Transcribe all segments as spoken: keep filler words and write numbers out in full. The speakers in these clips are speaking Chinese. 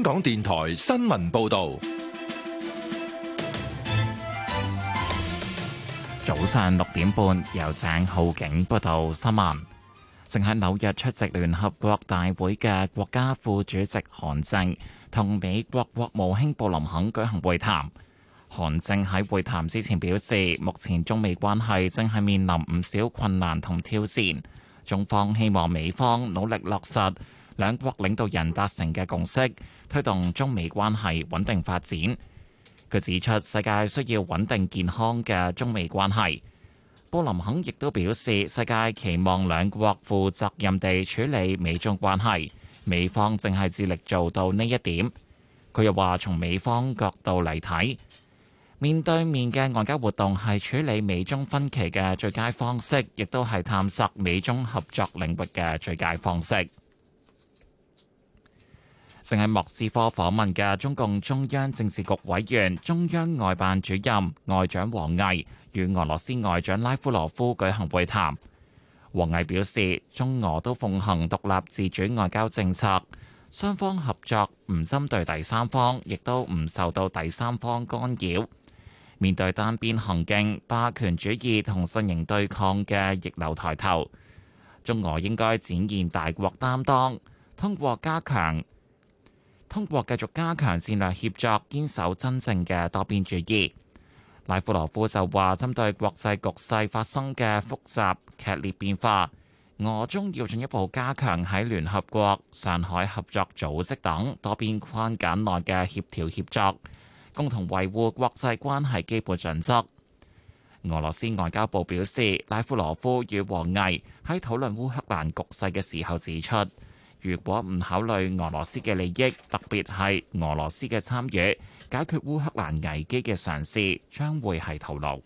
港電台新聞報道。 早上六點半，由鄭浩景報道新聞。正喺紐約出席聯合國大會嘅國家副主席韓正同美國國務卿布林肯舉行會談。韓正喺會談之前表示，目前中美關係正係面臨唔少困難同挑戰，中方希望美方努力落實兩國領導人達成嘅共識，推動中美關係穩定發展。佢指出，世界需要穩定健康嘅中美關係。布林肯亦都表示，世界期望兩國負責任地處理美中關係，美方正係致力做到呢一點。佢又話，從美方角度嚟睇，面對面嘅外交活動係處理美中分歧嘅最佳方式，亦都係探索美中合作領域嘅最佳方式。正喺莫斯科訪問嘅中共中央政治局委員、中央外辦主任外長王毅與俄羅斯外長拉夫羅夫舉行會談。王毅表示，中俄都奉行獨立自主外交政策，雙方合作唔針對第三方，亦都唔受到第三方干擾。面對單邊行徑、霸權主義同陣營對抗嘅逆流抬頭，中俄應該展現大國擔當，通過加強通過繼續加強戰略協作，堅守真正嘅多邊主義。拉夫羅夫就話，針對國際局勢發生嘅複雜劇烈變化，俄中要進一步加強喺聯合國、上海合作組織等多邊框架內嘅協調協作，共同維護國際關係基本準則。俄羅斯外交部表示，拉夫羅夫與王毅喺討論烏克蘭局勢嘅時候指出，如果唔考慮俄羅斯嘅利益，特別係俄羅斯嘅參與，解決烏克蘭危機嘅嘗試將會係徒勞。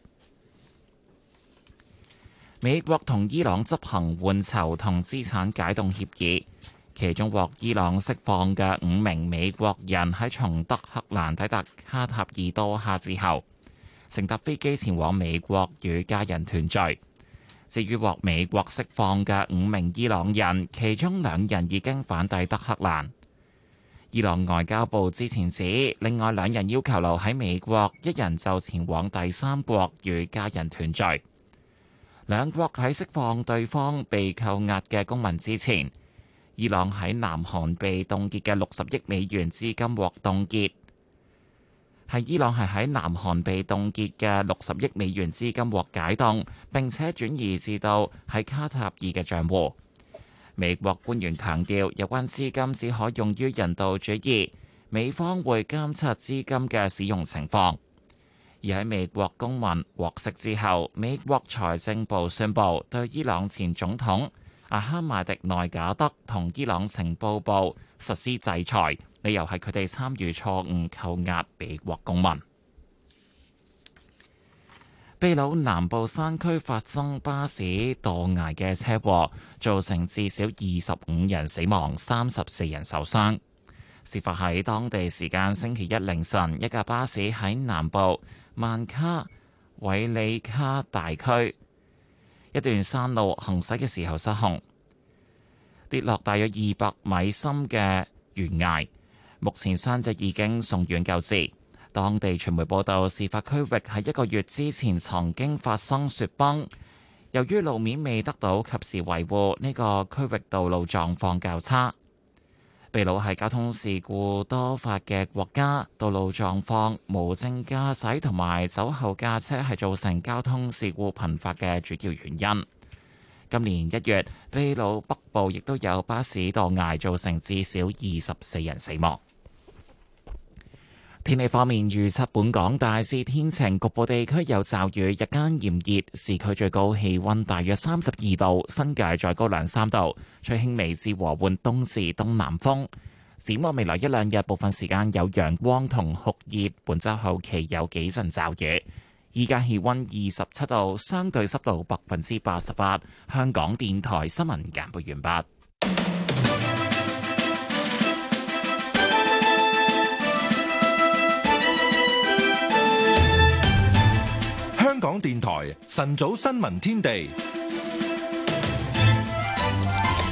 美國同伊朗執行換囚同資產解凍協議，其中獲伊朗釋放嘅五名美國人喺從德黑蘭抵達卡塔爾多哈之後，乘搭飛機前往美國與家人團聚。至於獲美國釋放嘅五名伊朗人，其中兩人已經返抵德黑蘭。伊朗外交部之前指，另外兩人要求留喺美國，一人就前往第三國與家人團聚。兩國喺釋放對方被扣押嘅公民之前，伊朗喺南韓被凍結嘅六十億美元資金獲凍結。係伊朗係喺南韓被凍結嘅六十億美元資金獲解凍，並且轉移至到喺卡塔爾嘅帳戶。美國官員強調，有關資金只可用於人道主義，美方會監察資金嘅使用情況。而喺美國公民獲釋之後，美國財政部宣布對伊朗前總統阿哈邁迪內賈德同伊朗情報部實施制裁，理由係佢哋參與錯誤扣押美國公民。秘魯南部山區發生巴士墮崖嘅車禍，造成至少二十五人死亡，三十四人受傷。事發喺當地時間星期一凌晨，一架巴士喺南部曼卡韋里卡大區一段山路行駛嘅時候失控，跌落大約二百米深嘅懸崖。目前傷者已經送院救治。當地傳媒報道，事發區域喺一個月之前曾經發生雪崩，由於路面未得到及時維護，呢個區域道路狀況較差。秘魯係交通事故多發嘅國家，道路狀況、無證駕駛同埋酒後駕車係造成交通事故頻發嘅主要原因。今年一月，秘魯北部亦都有巴士墮崖，造成至少二十四人死亡。天氣方面預測，本港大致天晴，局部地區有驟雨，日間炎熱，市區最高氣溫大約三十二度，新界再高兩三度，吹輕微至和緩東至東南風。展望未來一兩日，部分時間有陽光同酷熱，本周後期有幾陣驟雨。依家氣溫二十七度，相對濕度百分之八十八。香港電台新聞簡報完畢。 香港電台晨早新聞天地，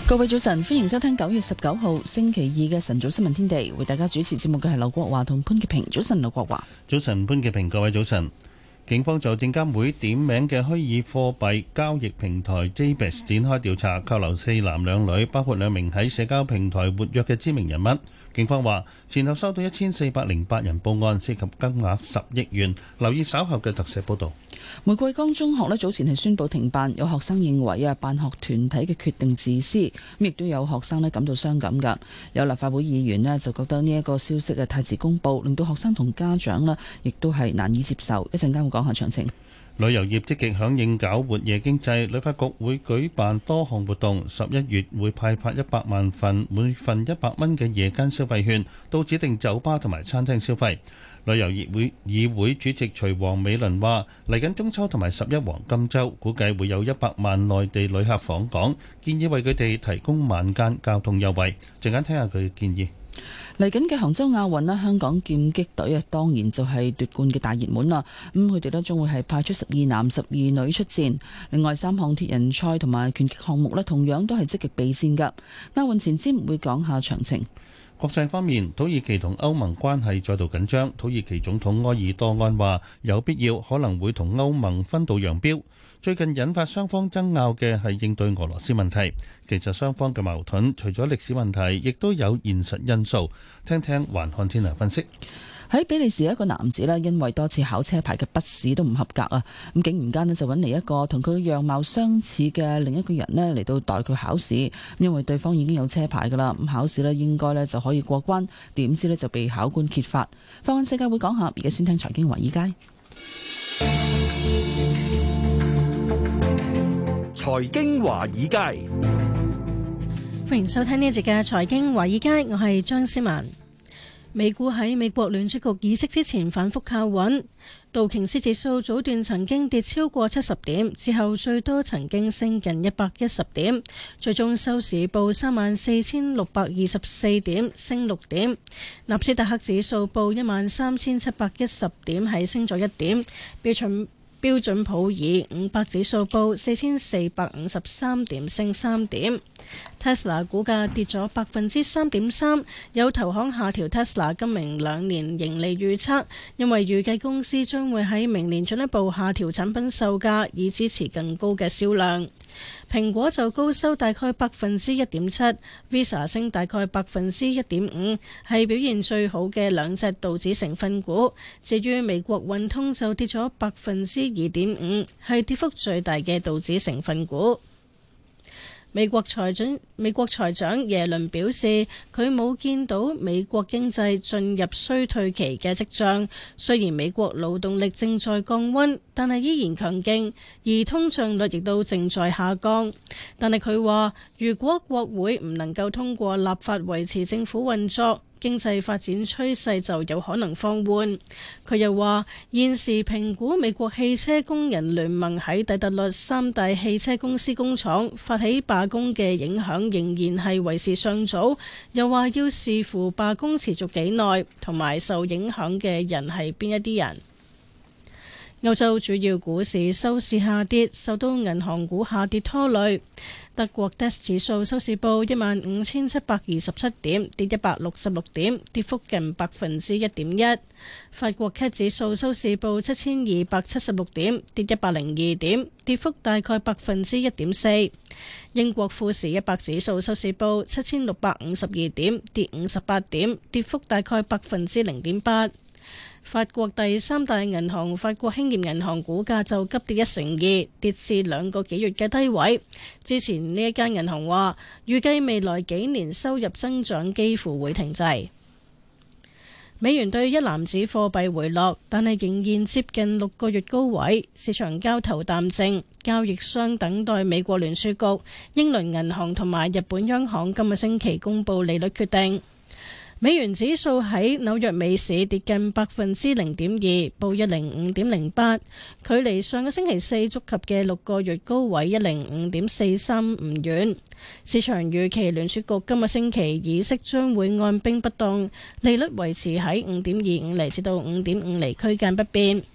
各位早晨，歡迎收聽九月十九號星期二嘅晨早新聞天地，為大家主持節目嘅係劉國華同潘潔平。早晨，劉國華。 早晨，潘潔平。各位早晨。警方就證監會點名嘅虛擬貨幣交易平台 J B A S 展開調查，扣留四男兩女，包括兩名喺社交平台活躍嘅知名人物。警方話，前後收到一千四百零八人報案，涉及金額十億元。留意稍後嘅特寫報導。 玫瑰崗中學咧早前係宣布停辦，有學生認為啊辦學團體嘅決定自私，咁亦都有學生咧感到傷感㗎。有立法會議員咧就覺得呢一個消息啊太遲公佈，令到學生同家長咧亦都係難以接受。一陣間會講下詳情。 旅遊業積極響應搞活夜經濟，旅發局會舉辦多項活動，十一月會派發一百萬份，每份一百蚊嘅夜間消費券到指定酒吧同埋餐廳消費。旅遊業會議會主席徐王美倫話：嚟緊中秋同埋十一黃金週，估計會有一百萬內地旅客訪港，建議為佢哋提供晚間交通優惠。陣間聽下佢嘅建議。 嚟緊嘅杭州亞運咧，香港劍擊隊啊，當然就係奪冠嘅大熱門啦。咁佢哋咧將會係派出十二男十二女出戰。另外三項鐵人賽同埋拳擊項目咧，同樣都係積極備戰㗎。亞運前瞻會講下詳情。 國際方面，土耳其同歐盟關係再度緊張。土耳其總統埃爾多安話有必要可能會同歐盟分道揚鑣。最近引發雙方爭拗嘅係應對俄羅斯問題。其實雙方嘅矛盾除咗歷史問題，亦都有現實因素。聽聽環看天下分析。 喺比利時一個男子咧，因為多次考車牌嘅筆試都唔合格啊，咁竟然間咧就揾嚟一個同佢樣貌相似嘅另一個人咧嚟到代佢考試，因為對方已經有車牌噶啦，咁考試咧應該咧就可以過關，點知咧就被考官揭發。放眼世界會講下，而家先聽財經華爾街。 財經華爾街， 歡迎收聽呢一節嘅財經華爾街，我係張思文。美股喺美國聯儲局議息之前反覆靠穩，道瓊斯指數早段曾經跌超過七十點，之後最多曾經升近一百一十點，最終收市報三萬四千六百二十四點，升六點。納斯達克指數報一萬三千七百一十點，係升咗一點。標準標準普爾五百指數報四千四百五十三點，升三點。Tesla 股價跌咗百分之三點三，有投行下調 Tesla 今明兩年盈利預測，因為預計公司將會喺明年進一步下調產品售價，以支持更高嘅銷量。蘋果就高收大概百分之一點七 ，Visa 升大概百分之一點五，係表現最好嘅兩隻道指成分股。至於美國運通就跌咗百分之二點五，係跌幅最大嘅道指成分股。美國財長美國財長耶倫表示，佢冇見到美國經濟進入衰退期嘅跡象。雖然美國勞動力正在降溫，但係依然強勁，而通脹率亦都正在下降。但係佢話，如果國會唔能夠通過立法維持政府運作，經濟發展趨勢就有可能放緩。佢又話，現時評估美國汽車工人聯盟喺底特律三大汽車公司工廠發起罷工嘅影響仍然係為時尚早。又話要視乎罷工持續幾耐，同埋受影響嘅人係邊一啲人。歐洲主要股市收市下跌，受到銀行股下跌拖累。德國 D A X 指數收市報一萬五千七百二十七點，跌一百六十六點，跌幅近百分之一點一。法國 C A C 指數收市報七千二百七十六點，跌一百零二點，跌幅大概百分之一點四。英國富時一百指數收市報七千六百五十二點，跌五十八點，跌幅大概百分之零點八。法國第三大銀行法國興業銀行股價就急跌一成二，跌至兩個幾月嘅低位。之前呢一間銀行話，預計未來幾年收入增長幾乎會停滯。美元對一籃子貨幣回落，但係仍然接近六個月高位，市場交投淡靜，交易商等待美國聯儲局、英倫銀行同埋日本央行今個星期公布利率決定。美元指數喺紐約美市跌近百分之零點二，報一零五點零八，距離上個星期四觸及嘅六個月高位一零五點四三唔遠。市場預期聯儲局今個星期議息將會按兵不動，利率維持喺五點二五厘至到五點五厘區間不變。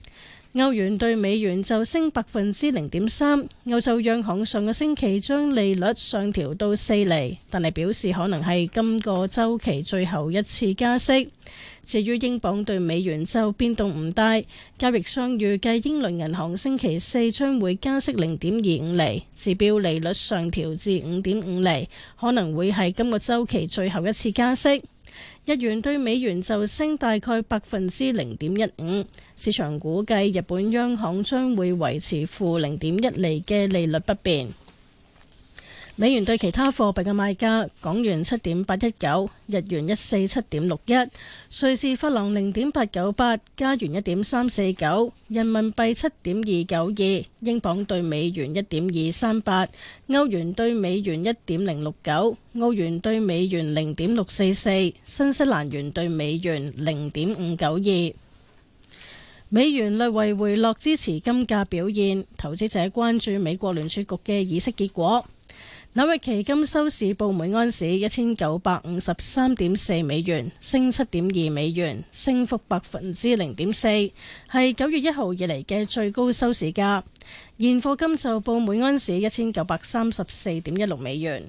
歐元對美元就升百分之零點三。歐洲央行上個星期將利率上調到四厘，但係表示可能係今個週期最後一次加息。至於英鎊對美元就變動唔大，交易商預計英倫銀行星期四將會加息零點二五厘，指標利率上調至五點五厘，可能會係今個週期最後一次加息。日元對美元就升大概百分之零點一五，市場估計日本央行將會維持負零點一厘嘅利率不變。美元對其他貨幣嘅賣價：港元七點八一九，日元一四七點六一，瑞士法郎零點八九八，加元一點三四九，人民幣七點二九二，英鎊對美元一點二三八，歐元對美元一點零六九，澳元對美元零點六四四，新西蘭元對美元零點五九二。美元略為回落，支持金價表現。投資者關注美國聯儲局嘅議息結果。紐約期金收市報每安士一千九百五十三點四美元，升七點二美元，升幅百分之零點四，係九月一號以嚟嘅最高收市價。現貨金就報每安士一千九百三十四點一六美元。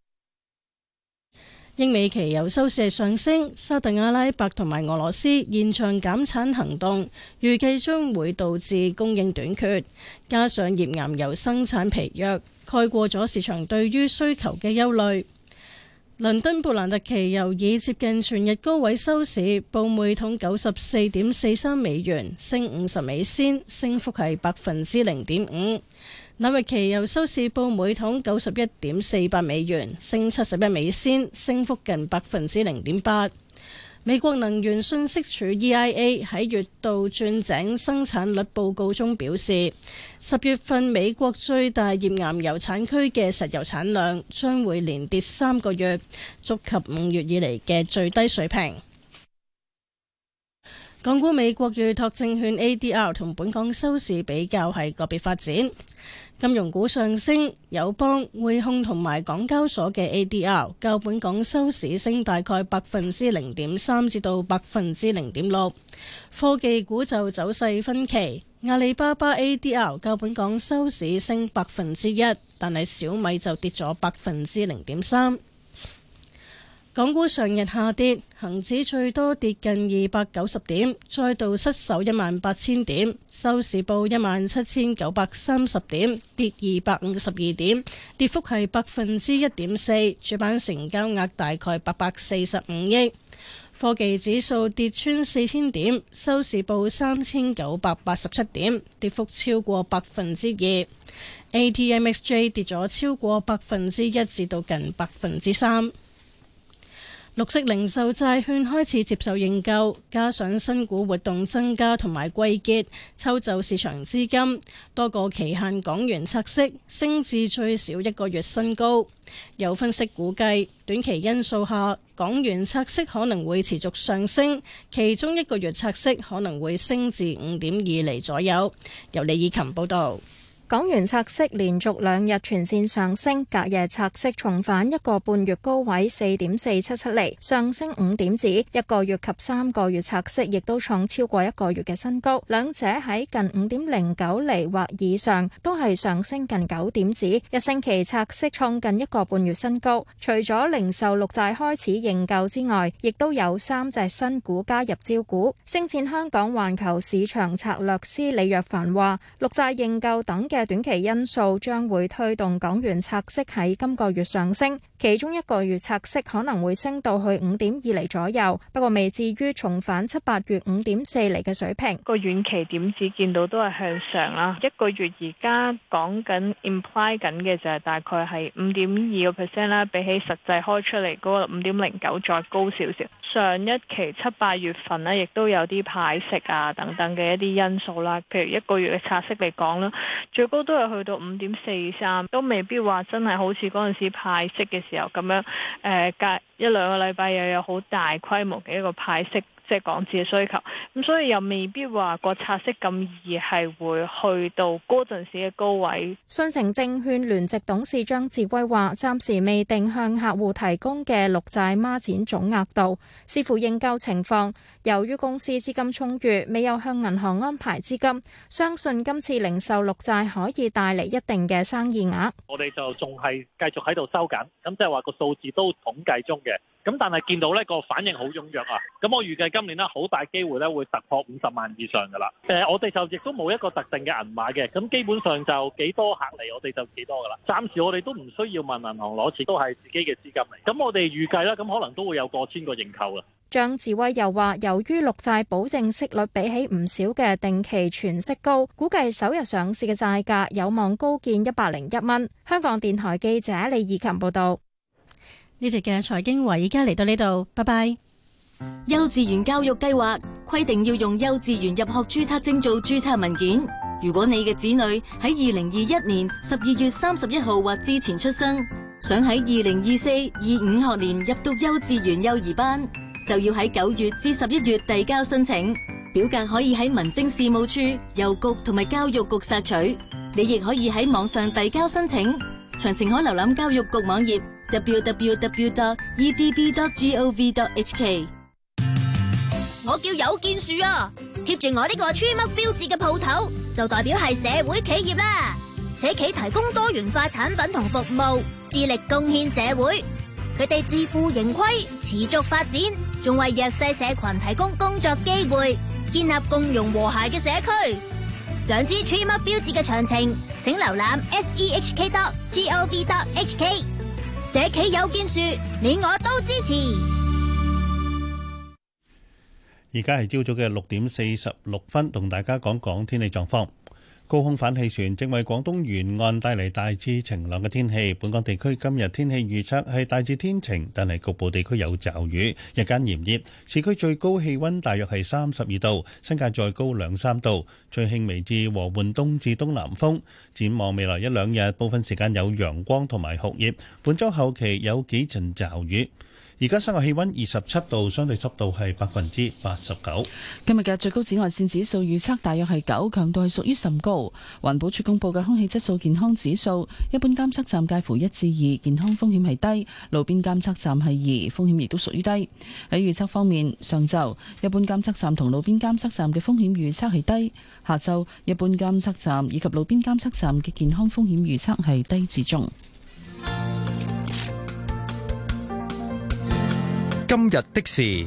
英美期油收市上升，沙特阿拉伯同埋俄羅斯延長減產行動，預計將會導致供應短缺，加上頁岩油生產疲弱，蓋過咗市場對於需求嘅憂慮。倫敦布蘭特期油以接近全日高位收市，報每桶九十四點四三美元，升五十美仙，升幅係百分之零點五。紐約期油收市報每桶九十一點四八美元，升七十一美仙，升幅近百分之零點八。美國能源信息署 E I A 喺月度鑽井生產率報告中表示，十月份美國最大頁岩油產區嘅石油產量將會連跌三個月，觸及五月以嚟嘅最低水平。港股美國預託證券 A D R 同本港收市比較係個別發展。金融股上升，友邦、匯控同埋港交所嘅 A D R 較本港收市升大概百分之零點三至到百分之零點六。科技股就走勢分歧，阿里巴巴 A D R 較本港收市升百分之一，但係小米就跌咗百分之零點三。港股上日下跌，恒指最多跌近二百九十點，再度失守一萬八千點，收市報一萬七千九百三十點，跌二百五十二點，跌幅係百分之一點四。主板成交額大概八百四十五億。科技指數跌穿四千點，收市報三千九百八十七點，跌幅超過百分之二。A T M X J 跌咗超過百分之一至到近百分之三。綠色零售債券開始接受認購，加上新股活動增加同埋季結抽走市場資金，多個期限港元拆息升至最少一個月新高。有分析估計，短期因素下，港元拆息可能會持續上升，其中一個月拆息可能會升至五點二厘左右。由李以琴報導。 港元拆息連續兩日全線上升，隔夜拆息重返一個半月高位四點四七七厘，上升五點子。一個月及三個月拆息亦都創超過一個月嘅新高，兩者喺近五點零九厘或以上，都係上升近九點子。一星期拆息創近一個半月新高。除咗零售綠債開始認購之外，亦都有三隻新股加入招股。星展香港環球市場策略師李若凡話，綠債認購等嘅嘅短期因素將會推動港元拆息喺今個月上升，其中一個月拆息可能會升到去五點二厘左右，不過未至於重返七八月五點四厘嘅水平。 個遠期點子見到都係向上啦，一個月而家講緊 imply 緊嘅就係大概係五點二個 percent 啦，比起實際開出嚟嗰個五點零九再高少少。上一期七八月份呢，亦都有啲派息啊等等嘅一啲因素啦，譬如一個月嘅拆息嚟講啦，最高都係去到五點四三，都未必話真係好似嗰陣時派息嘅時候咁樣，誒、呃、隔一兩個禮拜又有好大規模嘅一個派息即係港紙嘅需求，咁所以又未必話個拆息咁易係會去到嗰陣時嘅高位。 信誠證券聯席董事張志威話：暫時未定向客戶提供嘅綠債孖展總額度，視乎認購情況。由於公司資金充裕，未有向銀行安排資金，相信今次零售綠債可以帶嚟一定嘅生意額。 我哋就仲係繼續喺度收緊，咁即係話個數字都統計中嘅。咁但係見到呢個反應好踴躍啊！咁我預計今年呢，好大機會咧會突破五十萬以上噶啦。誒、呃，我哋就亦都冇一個特定嘅銀碼嘅，咁基本上就幾多客嚟，我哋就幾多噶啦。暫時我哋都唔需要問銀行攞錢，都係自己嘅資金嚟。咁我哋預計啦，咁可能都會有過千個認購啊。 張志威又話，由於綠債保證息率比起唔少嘅定期存息高，估計首日上市嘅債價有望高見一百零一蚊。香港電台記者李義琴報道。 呢集嘅財經華爾街嚟到呢度，拜拜。 幼稚園教育計劃規定要用幼稚園入學註冊證做註冊文件。如果你嘅子女喺二零二一年十二月三十一號或之前出生，想喺二零二四二五學年入讀幼稚園幼兒班，就要喺九月至十一月遞交申請。表格可以喺民政事務處、郵局同埋教育局索取。你亦可以喺網上遞交申請。詳情可瀏覽教育局網頁 double-u double-u double-u dot e d b dot gov dot h k。 我叫有建樹啊，貼住我呢個 Tree Mark 標誌嘅鋪頭，就代表係社會企業啦。社企提供多元化產品同服務，致力貢獻社會。佢哋自負盈虧，持續發展，仲為弱勢社群提供工作機會，建立共融和諧嘅社區。想知 Tree Mark 標誌嘅詳情，請瀏覽 s e h k dot gov dot h k。 社企有建樹，你我都支持。 而家係朝早嘅六點四十六分，同大家講講天氣狀況。高空反氣旋正為廣東沿岸帶嚟大致晴朗嘅天氣。本港地區今日天氣預測係大致天晴，但係局部地區有驟雨，日間炎熱，市區最高氣溫大約係三十二度，新界再高兩三度，吹輕微至和緩東至東南風。展望未來一兩日，部分時間有陽光同埋酷熱，本週後期有幾陣驟雨。而家室外氣溫二十七度，相對濕度係百分之八十九。 今日嘅最高紫外線指數預測大約係九，強度係屬於甚高。環保署公布嘅空氣質素健康指數，一般監測站介乎一至二，健康風險係低；路邊監測站係二，風險亦都屬於低。喺預測方面，上晝一般監測站同路邊監測站嘅風險預測係低；下晝一般監測站以及路邊監測站嘅健康風險預測係低至中。 今日的事，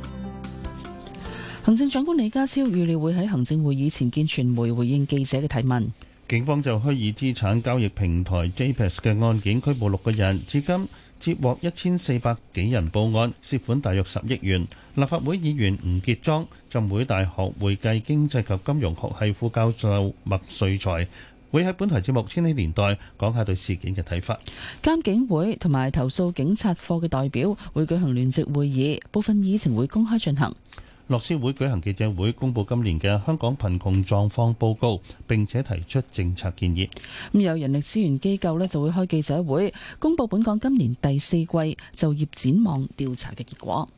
行政長官李家超預料會喺行政會議前見傳媒，回應記者嘅提問。 警方就虛擬資產交易平台 J P E X 嘅案件拘捕六個人，至今接獲一千四百幾人報案，涉款大約十億元。立法會議員吳傑莊、浸會大學會計經濟及金融學系副教授麥瑞才會喺本台節目《千禧年代》講下對事件嘅睇法。 監警會同埋投訴警察課嘅代表會舉行聯席會議，部分議程會公開進行。 樂施會舉行記者會，公布今年嘅香港貧窮狀況報告，並且提出政策建議。 咁有人力資源機構呢就會開記者會，公布本港今年第四季就業展望調查嘅結果。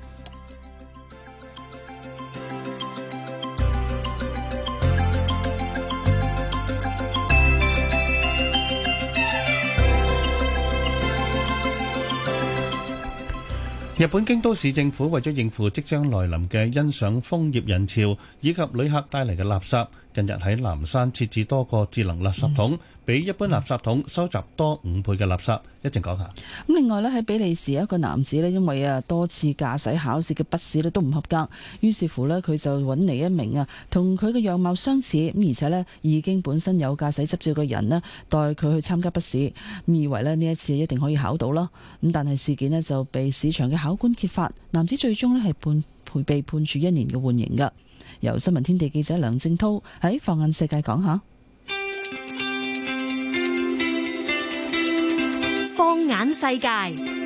日本京都市政府為咗應付即將來臨嘅欣賞楓葉人潮以及旅客帶嚟嘅垃圾，近日喺南山設置多個智能垃圾桶，比一般垃圾桶收集多五倍嘅垃圾。一陣講下。 咁另外咧，喺比利時一個男子咧，因為啊多次駕駛考試嘅筆試咧都唔合格，於是乎咧佢就揾嚟一名啊同佢嘅樣貌相似咁，而且咧已經本身有駕駛執照嘅人咧代佢去參加筆試，咁以為咧呢一次一定可以考到啦。咁但係事件咧就被市場嘅考官揭發，男子最終咧係判被判處一年嘅緩刑㗎。由新聞天地記者梁正濤喺放眼世界講下。 放眼世界。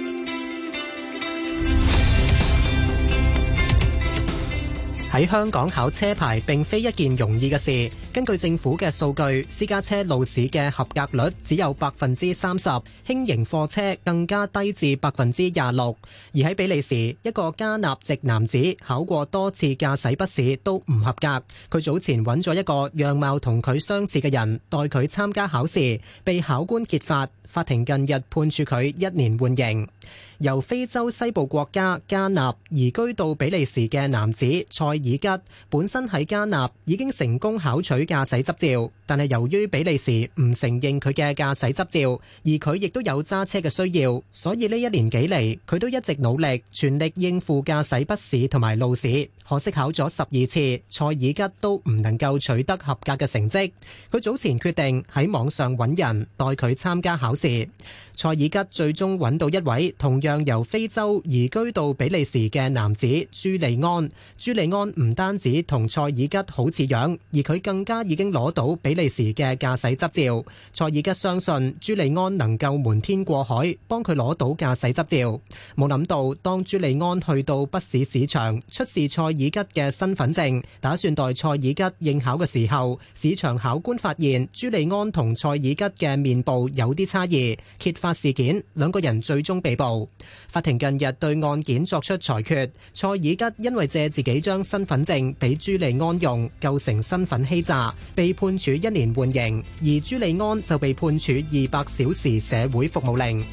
喺香港考車牌並非一件容易嘅事。根據政府嘅數據，私家車路試嘅合格率只有百分之三十，輕型貨車更加低至百分之廿六。而喺比利時，一個加納籍男子考過多次駕駛筆試都唔合格。佢早前揾咗一個樣貌同佢相似嘅人代佢參加考試，被考官揭發。法庭近日判處佢一年緩刑。由非洲西部國家加納移居到比利時嘅男子塞爾吉，本身喺加納已經成功考取駕駛執照，但係由於比利時唔承認佢嘅駕駛執照，而佢亦都有揸車嘅需要，所以呢一年幾嚟，佢都一直努力全力應付駕駛筆試同埋路試。可惜考咗十二次，塞爾吉都唔能夠取得合格嘅成績。佢早前決定喺網上揾人代佢參加考試。塞爾吉最終揾到一位同樣由非洲移居到比利時嘅男子朱利安。朱利安唔單止同塞爾吉好似樣，而佢更加已經攞到比利時嘅駕駛執照。塞爾吉相信朱利安能夠瞞天過海，幫佢攞到駕駛執照。冇諗到，當朱利安去到筆試試場出示塞爾吉嘅身份證，打算代塞爾吉應考嘅時候，試場考官發現朱利安同塞爾吉嘅面部有啲差異，揭發事件，兩個人最終被捕。法庭近日對案件作出裁決，塞爾吉因為借自己將身份證俾朱利安用，構成身份欺詐，被判處一年緩刑，而朱利安就被判處二百小時社會服務令。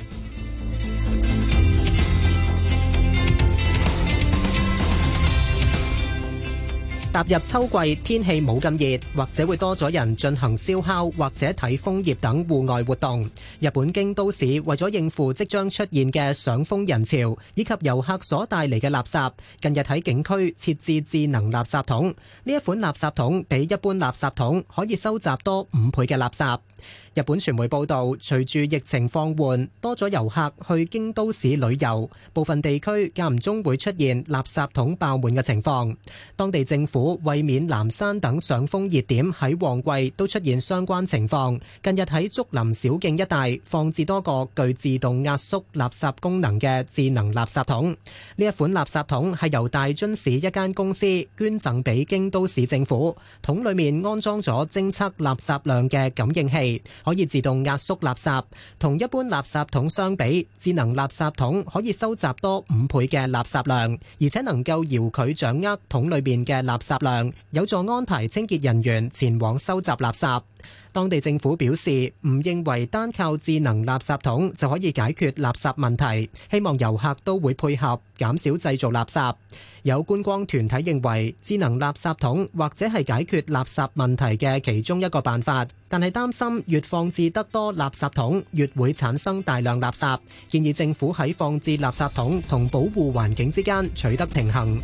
踏入秋季，天氣冇咁熱，或者會多咗人進行燒烤或者睇楓葉等戶外活動。日本京都市為咗應付即將出現嘅賞楓人潮以及遊客所帶嚟嘅垃圾，近日喺景區設置智能垃圾桶。呢一款垃圾桶比一般垃圾桶可以收集多五倍嘅垃圾。日本傳媒報道，隨住疫情放緩，多咗遊客去京都市旅遊，部分地區間唔中會出現垃圾桶爆滿嘅情況。當地政府為免南山等賞楓熱點喺旺季都出現相關情況，近日喺竹林小徑一帶放置多個具自動壓縮垃圾功能嘅智能垃圾桶。呢一款垃圾桶係由大津市一間公司捐贈俾京都市政府，桶裡面安裝咗偵測垃圾量嘅感應器，可以自動壓縮垃圾。同一般垃圾桶相比，智能垃圾桶可以收集多五倍嘅垃圾量，而且能夠遙距掌握桶裏邊嘅垃圾量，有助安排清潔人員前往收集垃圾。當地政府表示，唔認為單靠智能垃圾桶就可以解決垃圾問題，希望遊客都會配合，減少製造垃圾。有觀光團體認為，智能垃圾桶或者係解決垃圾問題嘅其中一個辦法，但係擔心越放置得多垃圾桶，越會產生大量垃圾，建議政府喺放置垃圾桶同保護環境之間取得平衡。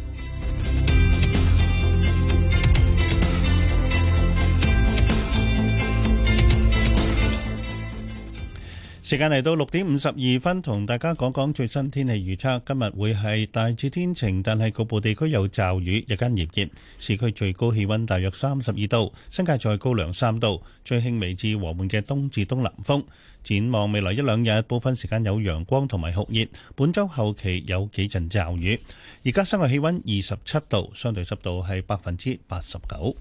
時間嚟到六點五十二分，同大家講講最新天氣預測。今日會係大致天晴，但係局部地區有驟雨，日間炎熱。市區最高氣溫大約三十二度，新界再高兩三度。最輕微至和緩嘅東至東南風。展望未來一兩日，部分時間有陽光同埋酷熱。本週後期有幾陣驟雨。而家室外氣溫二十七度，相對濕度係百分之八十九。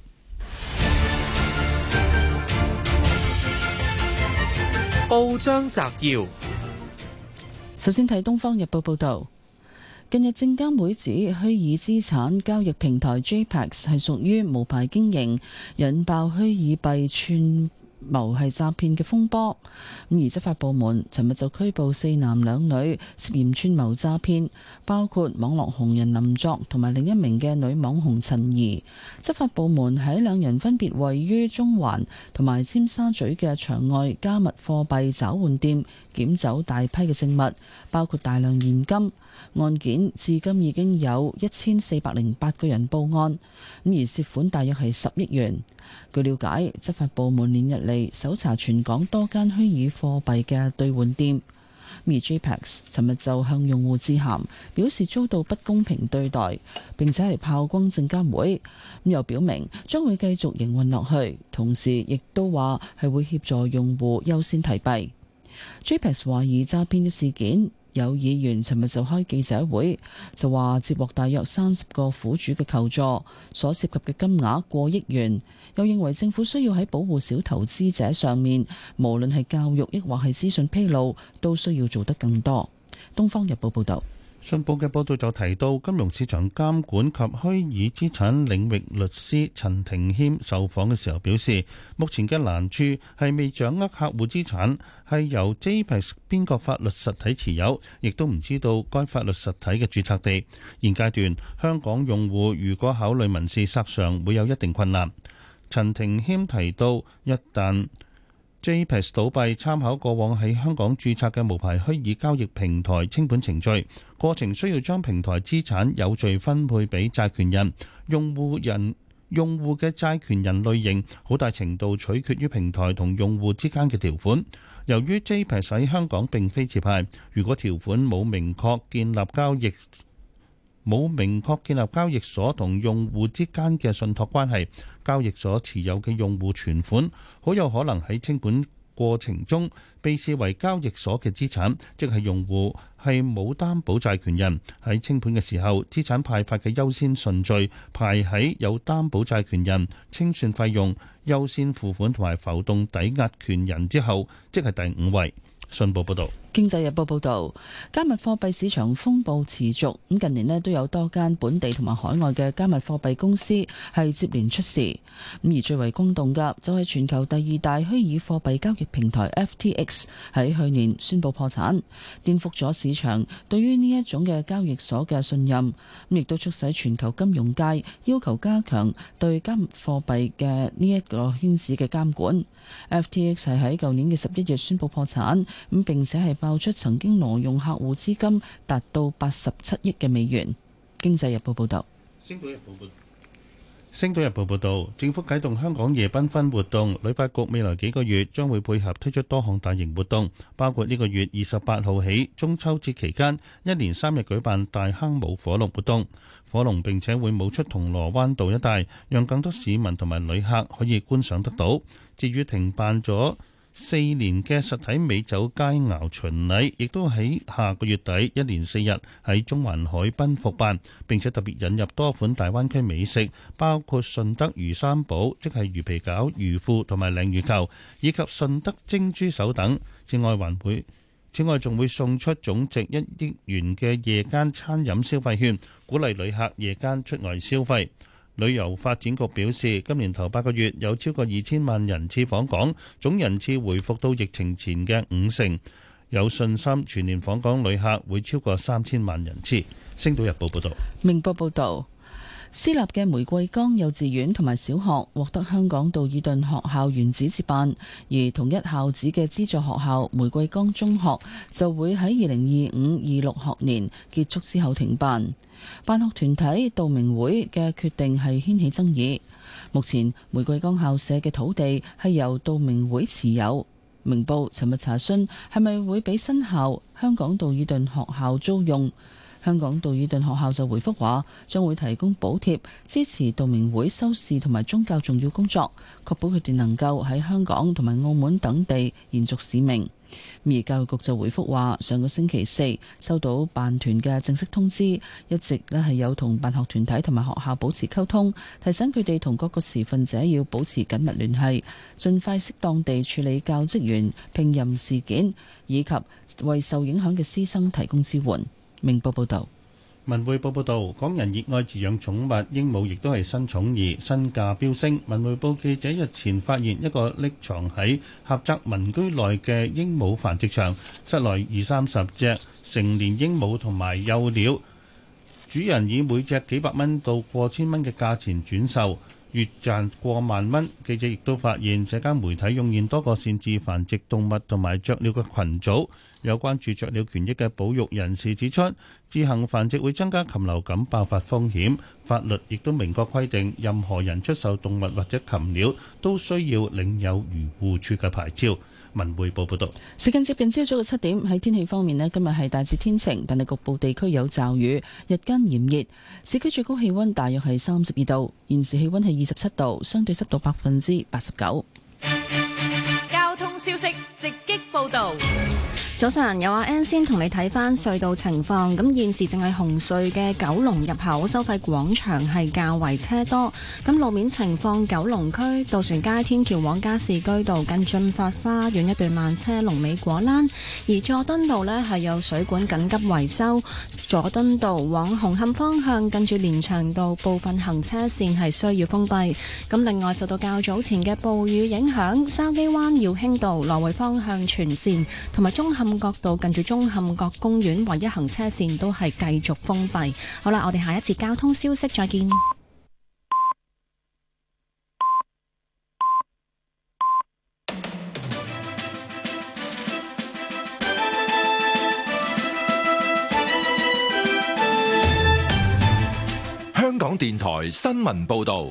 報章摘要： 首先睇《東方日報》報道，近日證監會指虛擬資產交易平台 J P E X 係屬於無牌經營，引爆虛擬幣串謀係詐騙嘅風波。咁而執法部門尋日就拘捕四男兩女涉嫌串謀詐騙，包括網絡紅人林作同埋另一名嘅女網紅陳怡。執法部門喺兩人分別位於中環同埋尖沙咀嘅場外加密貨幣找換店檢走大批嘅證物，包括大量現金。案件至今已經有一千四百零八個人報案，咁而涉款大約係十億元。據了解，執法部門連日嚟搜查全港多間虛擬貨幣嘅兌換店。而 J P E X 尋日就向用戶致函，表示遭到不公平對待，並且係炮轟證監會。咁又表明將會繼續營運落去，同時亦都話係會協助用戶優先提幣。J P E X 懷疑詐騙嘅事件有議員尋日就開記者會，就話接獲大約三十個苦主嘅求助，所涉及嘅金額過億元。又認為政府需要喺保護小投資者上面，無論係教育抑或係資訊披露，都需要做得更多。《東方日報》報導。 信報嘅報導就提到，金融市場監管及虛擬資產領域律師陳庭謙受訪嘅時候表示，目前嘅難處係未掌握客戶資產係由 J P E X 邊個法律實體持有，亦都唔知道該法律實體嘅註冊地。現階段香港用戶如果考慮民事索償，會有一定困難。陳庭謙提到，一旦J P E X 倒閉，參考過往喺香港註冊嘅無牌虛擬交易平台清盤程序，過程需要將平台資產有序分配俾債權人，用戶人用戶嘅債權人類型好大程度取決於平台同用戶之間嘅條款。由於 J P E X 喺香港並非持牌，如果條款冇明確建立交易冇明確建立交易所同用戶之間嘅信託關係，交易所持有嘅用戶存款好有可能喺清盤過程中被視為交易所嘅資產，即係用戶係冇擔保債權人。喺清盤嘅時候，資產派發嘅優先順序排喺有擔保債權人、清算費用、優先付款同埋浮動抵押權人之後，即係第五位。信報報導。 《經濟日報》報導，加密貨幣市場風暴持續，咁近年咧都有多間本地同埋海外嘅加密貨幣公司係接連出事，咁而最為轟動嘅就係全球第二大虛擬貨幣交易平台 F T X 喺去年宣布破產，顛覆咗市場對於呢一種嘅交易所嘅信任，咁亦都促使全球金融界要求加強對加密貨幣嘅呢一個圈子嘅監管。F T X 係喺舊年嘅十一月宣布破產，咁並且係爆出曾經挪用客戶資金達到八十七億嘅美元。經濟日報報道。 星島日報報星島日報報道，政府啟動香港夜繽紛活動，旅發局未來幾個月將會配合推出多項大型活動，包括呢個月二十八號起中秋節期間一連三日舉辦大坑舞火龍活動，火龍並且會舞出銅鑼灣道一帶，讓更多市民同埋旅客可以觀賞得到。至於停辦咗四年嘅實體美酒佳肴巡禮，亦都喺下個月底一連四日喺中環海濱復辦，並且特別引入多款大灣區美食，包括順德魚三寶，即係魚皮餃、魚腐同埋鯪魚球，以及順德蒸豬手等。此外還會此外仲會送出總值一億元嘅夜間餐飲消費券，鼓勵旅客夜間出外消費。旅遊發展局表示，今年頭八個月有超過二千萬人次訪港，總人次回復到疫情前嘅五成，有信心全年訪港旅客會超過三千萬人次。星島日報報道。 明報報道，私立嘅玫瑰崗幼稚園同埋小學獲得香港道爾頓學校原址接辦，而同一校址嘅資助學校玫瑰崗中學就會喺二零二五二六學年結束之後停辦。辦學團體道明會嘅決定係掀起爭議。目前玫瑰崗校舍嘅土地係由道明會持有。明報尋日查詢係咪會俾新校香港道爾頓學校租用，香港道爾頓學校就回覆話將會提供補貼，支持道明會修士同埋宗教重要工作，確保佢哋能夠喺香港同埋澳門等地延續使命。而教育局就回覆話，上個星期四收到辦團嘅正式通知，一直呢係有同辦學團體同埋學校保持溝通，提醒佢哋同各個持份者要保持緊密聯繫，盡快適當地處理教職員聘任事件，以及為受影響嘅師生提供支援。明報報道。 文匯報報道，港人熱愛飼養寵物，鸚鵡亦都係新寵兒，身價飆升。文匯報記者日前發現一個匿藏喺狹窄民居內嘅鸚鵡繁殖場，室內二三十隻成年鸚鵡同埋幼鳥，主人以每隻幾百蚊到過千蚊嘅價錢轉售，月賺過萬蚊。記者亦都發現社交媒體湧現多個擅自繁殖動物同埋雀鳥嘅群組。有關注雀鳥權益嘅保育人士指出，自行繁殖會增加禽流感爆發風險，法律亦都明確規定，任何人出售動物或者禽鳥都需要領有漁護署嘅牌照。文匯報報道。 時間接近朝早嘅七點，喺天氣方面咧，今日係大致天晴，但係局部地區有驟雨，日間炎熱，市區最高氣溫大約係三十二度，現時氣溫係二十七度，相對濕度百分之八十九。 交通消息直擊報道。 早晨，有阿 N 先同你睇翻隧道情況。咁現時淨係紅隧嘅九龍入口收費廣場係較為車多。咁路面情況，九龍區渡船街天橋往加士居道近駿發花園一段慢車龍尾果欄，而佐敦道呢係有水管緊急維修。佐敦道往紅磡方向近住連翔道部分行車線係需要封閉。咁另外受到較早前嘅暴雨影響，筲箕灣耀興道來回方向全線同埋中磡角道近住中磡角公園唯一行車線都係繼續封閉。好啦，我哋下一節交通消息再見。 香港電台新聞報道。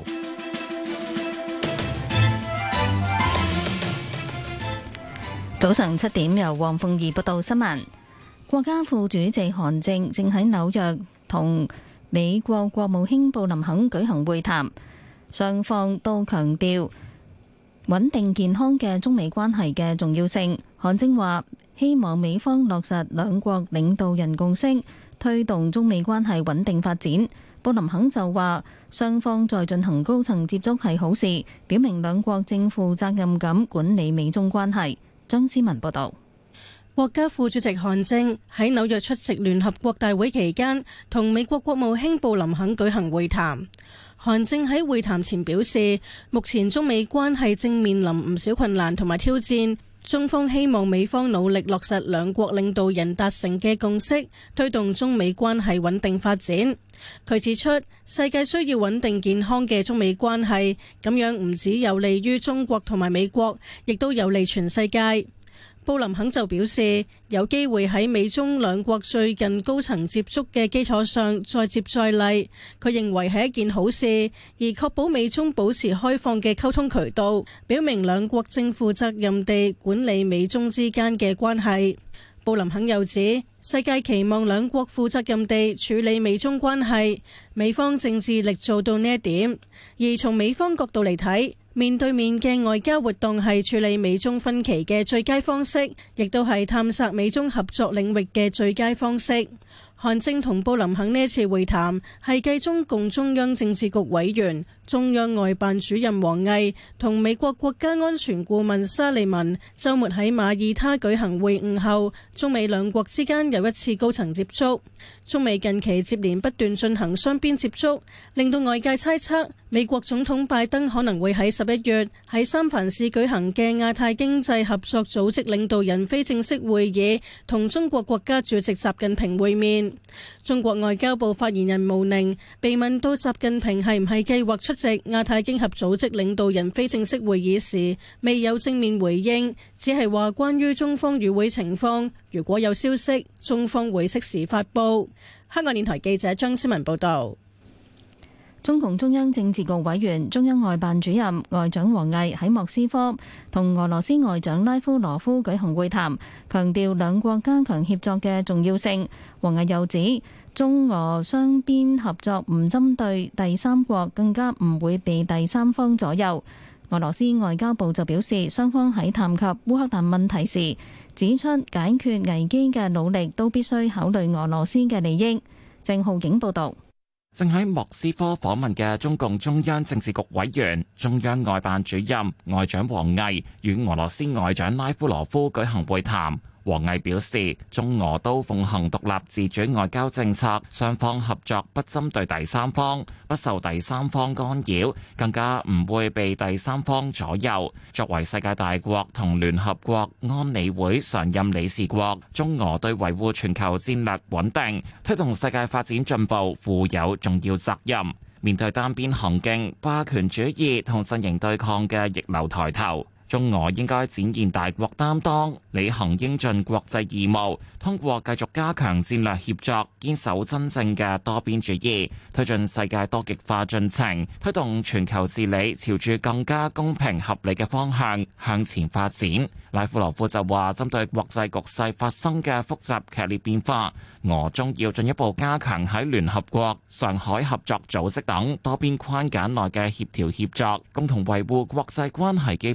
早上七點，由黃鳳儀報道新聞。國家副主席韓正正喺紐約同美國國務卿布林肯舉行會談，雙方都強調穩定健康嘅中美關係嘅重要性。韓正話希望美方落實兩國領導人共識，推動中美關係穩定發展。布林肯就話雙方在進行高層接觸係好事，表明兩國正負責任咁管理美中關係。張思文報道。 國家副主席韓正喺紐約出席聯合國大會期間，同美國國務卿布林肯舉行會談。韓正喺會談前表示，目前中美關係正面臨唔少困難同埋挑戰，中方希望美方努力落實兩國領導人達成嘅共識，推動中美關係穩定發展。佢指出，世界需要穩定健康嘅中美關係，咁樣唔止有利於中國同埋美國，亦都有利全世界。布林肯就表示，有機會喺美中兩國最近高層接觸嘅基礎上再接再厲，佢認為係一件好事，而確保美中保持開放嘅溝通渠道，表明兩國正負責任地管理美中之間嘅關係。布林肯又指，世界期望兩國負責任地處理美中關係，美方正致力做到呢一點。而從美方角度嚟睇，面對面嘅外交活動係處理美中分歧嘅最佳方式，亦都係探索美中合作領域嘅最佳方式。韓正同布林肯呢次會談係繼中共中央政治局委員、中央外辦主任王毅同美國國家安全顧問沙利文週末喺馬耳他舉行會晤後，中美兩國之間有一次高層接觸。中美近期接連不斷進行雙邊接觸，令到外界猜測美國總統拜登可能會喺十一月喺三藩市舉行嘅亞太經濟合作組織領導人非正式會議同中國國家主席習近平會面。中國外交部發言人毛寧被問到習近平係唔係計劃出席亞太經合組織領導人非正式會議時，未有正面回應，只係話關於中方與會情況，如果有消息，中方會適時發佈。香港電台記者張思文報道。 中共中央政治局委員、中央外辦主任外長王毅喺莫斯科同俄羅斯外長拉夫羅夫舉行會談，強調兩國加強協作嘅重要性。王毅又指，中俄雙邊合作唔針對第三國，更加唔會被第三方左右。俄羅斯外交部就表示，雙方喺談及烏克蘭問題時，指出解決危機嘅努力都必須考慮俄羅斯嘅利益。鄭浩景報導。 正喺莫斯科訪問嘅中共中央政治局委員、中央外辦主任外長王毅與俄羅斯外長拉夫羅夫舉行會談。王毅表示，中俄都奉行獨立自主外交政策，雙方合作不針對第三方，不受第三方干擾，更加唔會被第三方左右。作為世界大國同聯合國安理會常任理事國，中俄對維護全球戰略穩定、推動世界發展進步負有重要責任。面對單邊行徑、霸權主義同陣營對抗嘅逆流抬頭，中俄應該展現大國擔當，履行應盡國際義務，通過繼續加強戰略協作，堅守真正嘅多邊主義，推進世界多極化進程，推動全球治理朝住更加公平合理嘅方向向前發展。拉夫羅夫就話，針對國際局勢發生嘅複雜劇烈變化，俄中要進一步加強喺聯合國、上海合作組織等多邊框架內嘅協調協作，共同維護國際關係基本準則。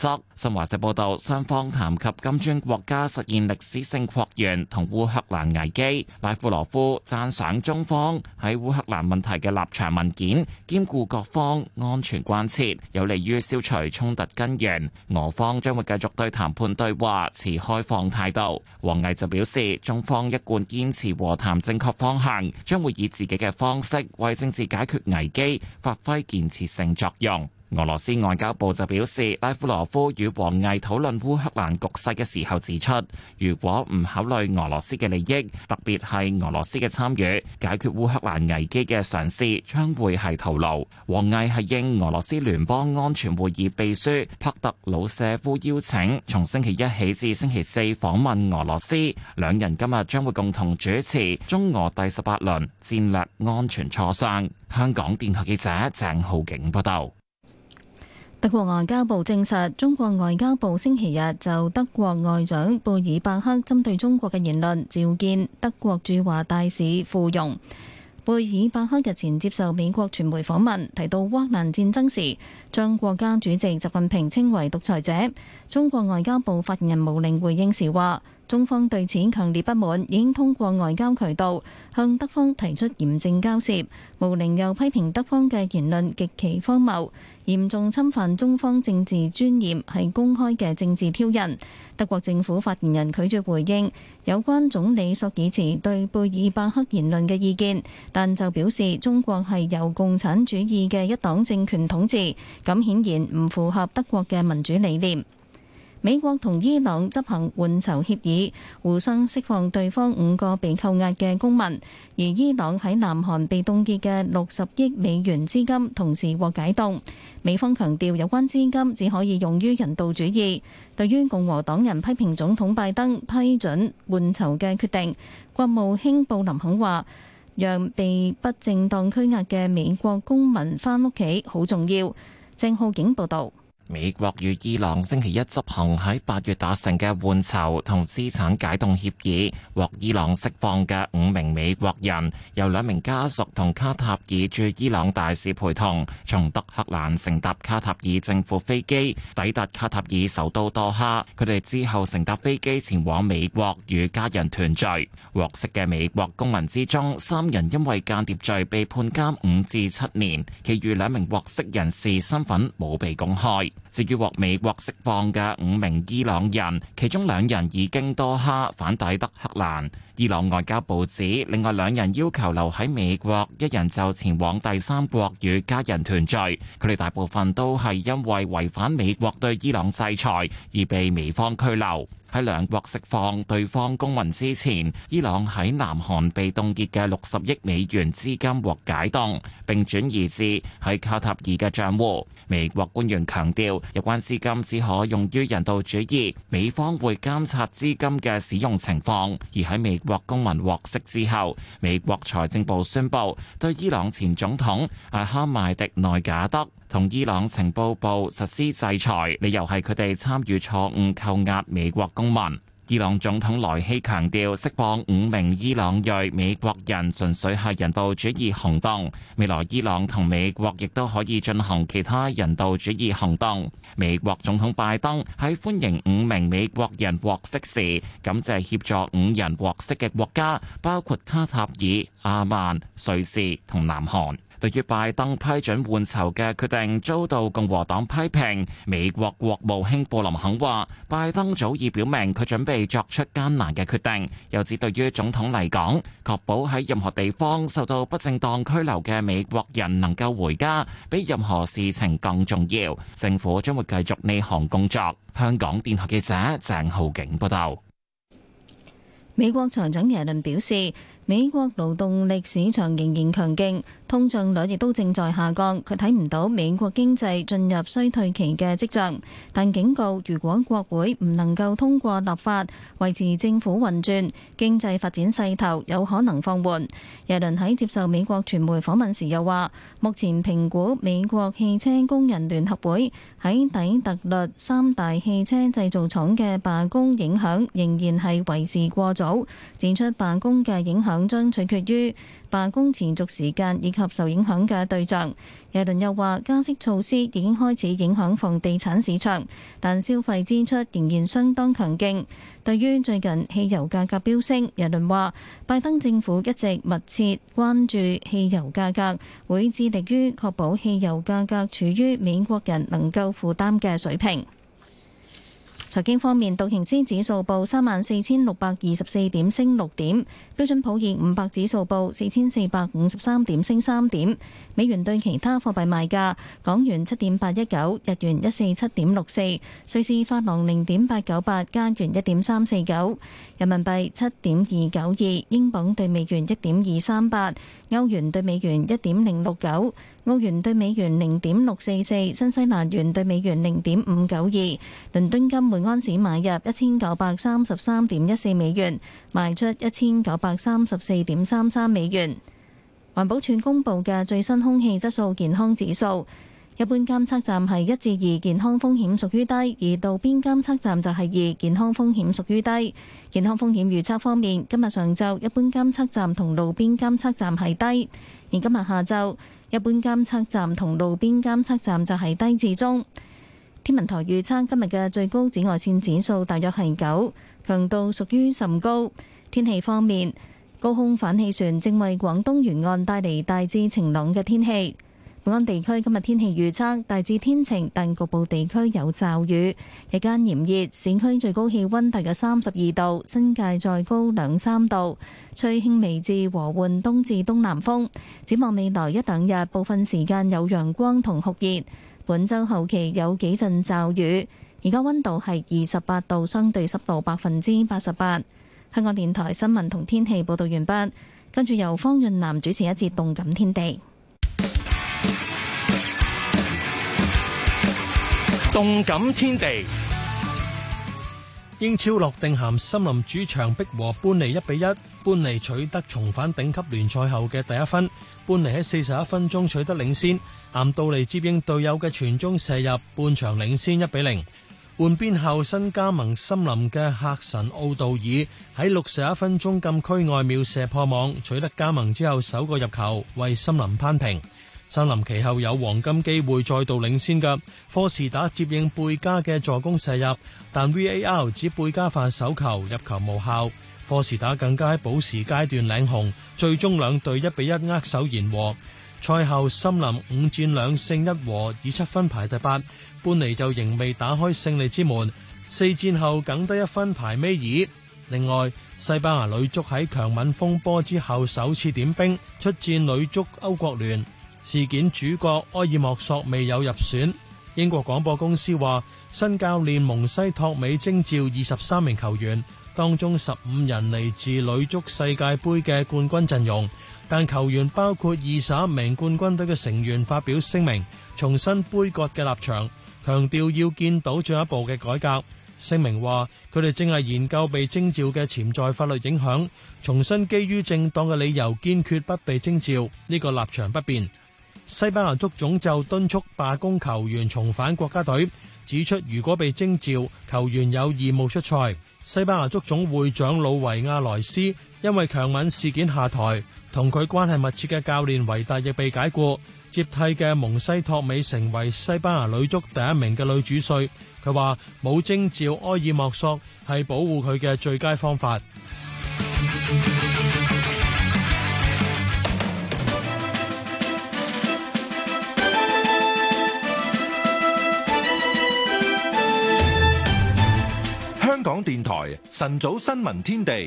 則。新華社報道，雙方談及金磚國家實現歷史性擴員同烏克蘭危機。拉夫羅夫讚賞中方喺烏克蘭問題嘅立場文件，兼顧各方安全關切，有利於消除衝突根源。俄方將會繼續對談判對話持開放態度。王毅就表示，中方一貫堅持和談正確方向，將會以自己嘅方式為政治解決危機發揮建設性作用。俄羅斯外交部就表示，拉夫羅夫與王毅討論烏克蘭局勢嘅時候指出，如果唔考慮俄羅斯嘅利益，特別係俄羅斯嘅參與，解決烏克蘭危機嘅嘗試將會係徒勞。王毅係應俄羅斯聯邦安全會議秘書帕特魯舍夫邀請，從星期一起至星期四訪問俄羅斯，兩人今日將會共同主持中俄第十八輪戰略安全磋商。香港電台記者鄭浩景報道。 德國外交部證實，中國外交部星期日就德國外長貝爾伯克針對中國嘅言論召見德國駐華大使傅容。貝爾伯克日前接受美國傳媒訪問，提到烏克蘭戰爭時，將國家主席習近平稱為獨裁者。中國外交部發言人毛寧回應時話，中方對此強烈不滿，已經通過外交渠道向德方提出嚴正交涉。毛寧又批評德方嘅言論極其荒謬，嚴重侵犯中方政治尊嚴，係公開嘅政治挑釁。德國政府發言人拒絕回應有關總理朔爾茨對貝爾伯克言論嘅意見，但就表示中國係由共產主義嘅一黨政權統治，咁顯然唔符合德國嘅民主理念。美國同伊朗執行換囚協議，互相釋放對方五個被扣押嘅公民，而伊朗喺南韓被凍結嘅六十億美元資金同時獲解凍。美方強調有關資金只可以用於人道主義。對於共和黨人批評總統拜登批准換囚嘅決定，國務卿布林肯話，讓被不正當拘押嘅美國公民返屋企好重要。鄭浩景報導。 美國與伊朗星期一執行喺八月達成嘅換囚同資產解凍協議，獲伊朗釋放嘅五名美國人，由兩名家屬同卡塔爾駐伊朗大使陪同，從德黑蘭乘搭卡塔爾政府飛機抵達卡塔爾首都多哈。佢哋之後乘搭飛機前往美國與家人團聚。獲釋嘅美國公民之中，三人因為間諜罪被判監五至七年，其餘兩名獲釋人士身份冇被公開。至於獲美國釋放嘅五名伊朗人，其中兩人已經多哈返抵德黑蘭。伊朗外交部指，另外兩人要求留喺美國，一人就前往第三國與家人團聚。佢哋大部分都係因為違反美國對伊朗制裁而被美方拘留。喺兩國釋放對方公民之前，伊朗喺南韓被凍結嘅六十億美元資金獲解凍，並轉移至喺卡塔爾嘅賬戶。美國官員強調，有關資金只可用於人道主義，美方會監察資金嘅使用情況。而喺美國公民獲釋之後，美國財政部宣布對伊朗前總統阿哈邁迪內賈德同伊朗情報部實施制裁，理由係佢哋參與錯誤扣押美國公民。伊朗總統萊希強調，釋放五名伊朗裔美國人純粹係人道主義行動，未來伊朗同美國亦都可以進行其他人道主義行動。美國總統拜登喺歡迎五名美國人獲釋時，感謝協助五人獲釋嘅國家，包括卡塔爾、阿曼、瑞士同南韓。對於拜登批准換囚嘅決定遭到共和黨批評，美國國務卿布林肯話，拜登早已表明佢準備作出艱難嘅決定，又指對於總統嚟講，確保喺任何地方受到不正當拘留嘅美國人能夠回家，比任何事情更重要。政府將會繼續呢項工作。香港電台記者鄭浩景報道。 美國財長耶倫表示，美國勞動力市場仍然強勁，通脹率亦都正在下降。佢睇唔到美國經濟進入衰退期嘅跡象，但警告如果國會唔能夠通過立法維持政府運轉，經濟發展勢頭有可能放緩。耶倫喺接受美國傳媒訪問時又話，目前評估美國汽車工人聯合會喺底特律三大汽車製造廠嘅罷工影響仍然係為時過早，指出罷工嘅影響將取決於罷工持續時間以及及受影響嘅對象。耶倫又話，加息措施已經開始影響房地產市場，但消費支出仍然相當強勁。對於最近汽油價格飆升，耶倫話，拜登政府一直密切關注汽油價格，會致力於確保汽油價格處於美國人能夠負擔嘅水平。財經方面，道瓊斯指數報三萬四千六百二十四點，升六點；標準普爾五百指數報四千四百五十三點，升三點。美元對其他貨幣賣價：港元七點八一九，日元一四七點六四，瑞士法郎零點八九八，加元一點三四九，人民幣七點二九二，英鎊對美元一點二三八，歐元對美元一點零六九。澳元對美元零點六四四，新西蘭元對美元零點五九二，倫敦金每安士買入一千九百三十三點一四美元，賣出一千九百三十四點三三美元。環保署公布嘅最新空氣質素健康指數，一般監測站係一至二，健康風險屬於低；而路邊監測站就係二，健康風險屬於低。健康風險預測方面，今日上晝一般監測站同路邊監測站係低，而今日下晝一般監測站同路邊監測站就係低至中。天文台預測今日嘅最高紫外線指數大約係九，強度屬於甚高。天氣方面，高空反氣旋正為廣東沿岸帶嚟大致晴朗嘅天氣。本港地區今日天氣預測大致天晴，但局部地區有驟雨。日間炎熱，市區最高氣溫大約三十二度，新界再高兩三度。吹輕微至和緩東至東南風。展望未來一兩日，部分時間有陽光同酷熱。本週後期有幾陣驟雨。而家溫度係二十八度，相對濕度百分之八十八。香港電台新聞同天氣報導完畢，跟住由方潤南主持一節動感天地。 動感天地，英超諾定咸森林主場逼和般尼一比一，般尼取得重返頂級聯賽後嘅第一分。般尼喺四十一分鐘取得領先，岩道尼接應隊友嘅傳中射入，半場領先一比零。換邊後新加盟森林嘅客神奧道爾喺六十一分鐘禁區外妙射破網，取得加盟之後首個入球，為森林扳平。森林其後有黃金機會再度領先嘅，科士打接應貝加嘅助攻射入，但 V A R 指貝加犯手球，入球無效。科士打更加喺補時階段領紅，最終兩隊一比一握手言和。賽後森林五戰兩勝一和，以七分排第八，般尼就仍未打開勝利之門，四戰後僅得一分排尾二。另外，西班牙女足喺強吻風波之後首次點兵出戰女足歐國聯。事件主角埃爾莫索未有入選。英國廣播公司話，新教練蒙西托美徵召二十三名球員，當中十五人嚟自女足世界盃嘅冠軍陣容，但球員包括二十一名冠軍隊嘅成員發表聲明，重申杯葛嘅立場，強調要見到進一步嘅改革。聲明話，佢哋正係研究被徵召嘅潛在法律影響，重申基於正當嘅理由堅決不被徵召，呢個立場不變。西班牙足總就敦促罷工球員重返國家隊，指出如果被徵召，球員有義務出賽。西班牙足總會長魯維亞萊斯因為強吻事件下台，同佢關係密切嘅教練維達亦被解僱，接替嘅蒙西托美成為西班牙女足第一名嘅女主帥。佢話冇徵召埃爾莫索係保護佢嘅最佳方法。 香港電台晨早新聞天地，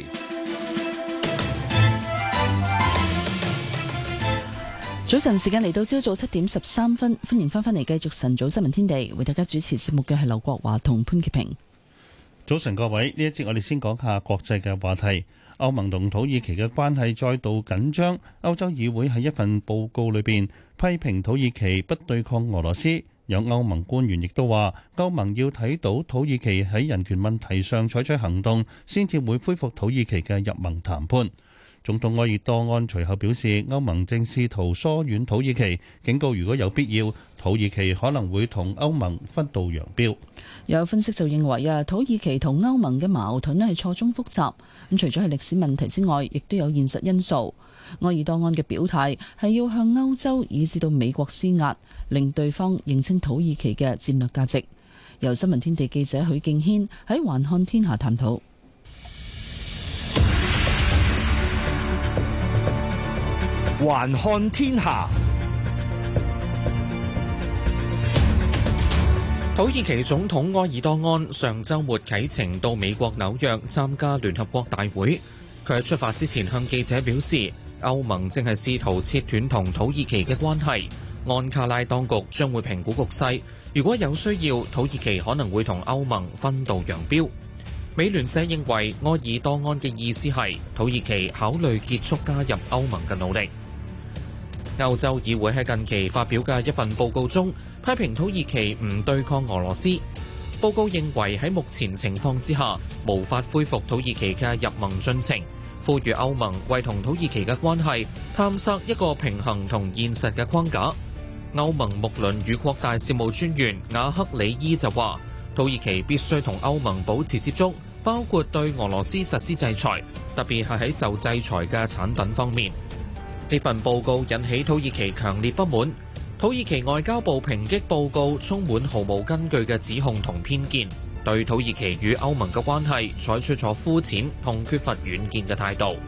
早晨時間嚟到朝早七點十三分，歡迎翻返嚟繼續晨早新聞天地，為大家主持節目嘅係劉國華同潘潔平。 早晨各位，呢一節我哋先講下國際嘅話題。歐盟同土耳其嘅關係再度緊張，歐洲議會喺一份報告裏邊批評土耳其不對抗俄羅斯。有歐盟官員亦都話，歐盟要睇到土耳其喺人權問題上採取行動，先至會恢復土耳其嘅入盟談判。總統埃爾多安隨後表示，歐盟正試圖疏遠土耳其，警告如果有必要，土耳其可能會同歐盟分道揚鑣。 有分析就認為啊，土耳其同歐盟嘅矛盾咧係錯綜複雜，咁除咗係歷史問題之外，亦都有現實因素。 埃爾多安嘅表態係要向歐洲以至到美國施壓，令對方認清土耳其嘅戰略價值。由新聞天地記者許敬軒喺環看天下探討。 環看天下。 土耳其總統埃爾多安上週末啟程到美國紐約參加聯合國大會。佢喺出發之前向記者表示，歐盟正係試圖切斷同土耳其嘅關係。安卡拉當局將會評估局勢，如果有需要，土耳其可能會同歐盟分道揚鑣。美聯社認為埃爾多安嘅意思係土耳其考慮結束加入歐盟嘅努力。歐洲議會喺近期發表嘅一份報告中，批評土耳其唔對抗俄羅斯。報告認為喺目前情況之下，無法恢復土耳其嘅入盟進程，呼籲歐盟為同土耳其嘅關係探索一個平衡同現實嘅框架。歐盟睦鄰與擴大事務專員雅克里伊就話，土耳其必須同歐盟保持接觸，包括對俄羅斯實施制裁，特別係喺受制裁嘅產品方面。呢份報告引起土耳其強烈不滿。土耳其外交部抨擊報告充滿毫無根據嘅指控同偏見，對土耳其與歐盟嘅關係採取咗膚淺同缺乏遠見嘅態度。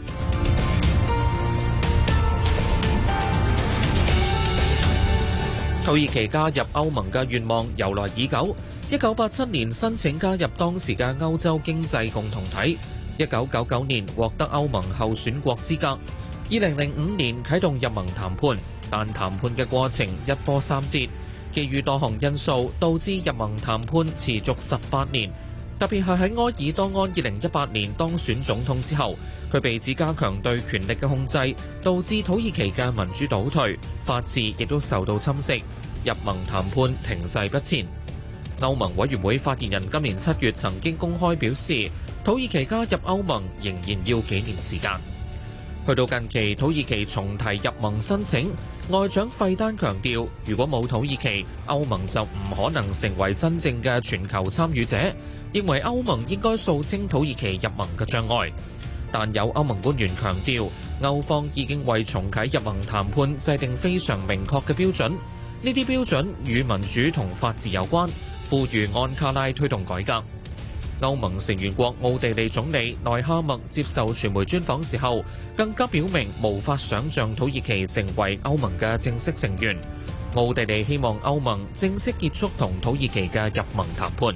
土耳其加入歐盟嘅願望由來已久，一九八七年申請加入當時嘅歐洲經濟共同體，一九九九年獲得歐盟候選國資格。二零零五年啟動入盟談判，但談判嘅過程一波三折，基於多項因素，導致入盟談判持續十八年。特別係喺埃爾多安二零一八年當選總統之後，佢被指加強對權力嘅控制，導致土耳其嘅民主倒退，法治亦都受到侵蝕，入盟談判停滯不前。歐盟委員會發言人今年七月曾經公開表示，土耳其加入歐盟仍然要幾年時間。去到近期，土耳其重提入盟申請，外長費丹強調，如果冇土耳其，歐盟就唔可能成為真正嘅全球參與者，認為歐盟應該掃清土耳其入盟嘅障礙。但有歐盟官員強調，歐方已經為重啟入盟談判制定非常明確嘅標準，呢啲標準與民主同法治有關，呼籲安卡拉推動改革。歐盟成員國奧地利總理內哈默接受傳媒專訪時候，更加表明無法想像土耳其成為歐盟嘅正式成員。奧地利希望歐盟正式結束同土耳其嘅入盟談判。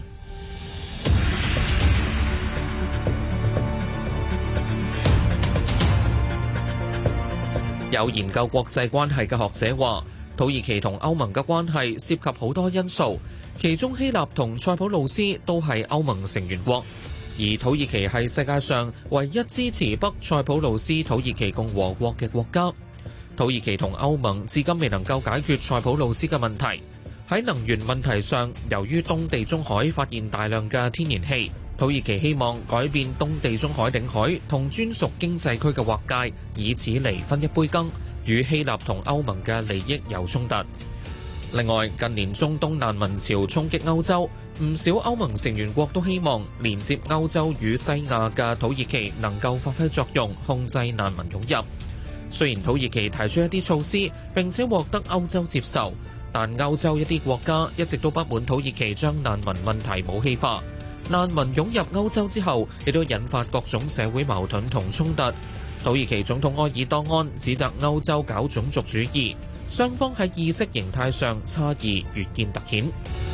有研究國際關係嘅學者話，土耳其同歐盟嘅關係涉及好多因素。其中希臘同塞浦路斯都係歐盟成員國，而土耳其係世界上唯一支持北塞浦路斯土耳其共和國嘅國家。土耳其同歐盟至今未能夠解決塞浦路斯嘅問題。喺能源問題上，由於東地中海發現大量嘅天然氣，土耳其希望改變東地中海領海同專屬經濟區嘅劃界，以此嚟分一杯羹，與希臘同歐盟嘅利益有衝突。另外，近年中東難民潮衝擊歐洲，唔少歐盟成員國都希望連接歐洲與西亞嘅土耳其能夠發揮作用，控制難民湧入。雖然土耳其提出一啲措施並且獲得歐洲接受，但歐洲一啲國家一直都不滿土耳其將難民問題武器化。難民湧入歐洲之後，亦都引發各種社會矛盾同衝突。土耳其總統埃爾多安指責歐洲搞種族主義。雙方喺意識形態上差異越見突顯。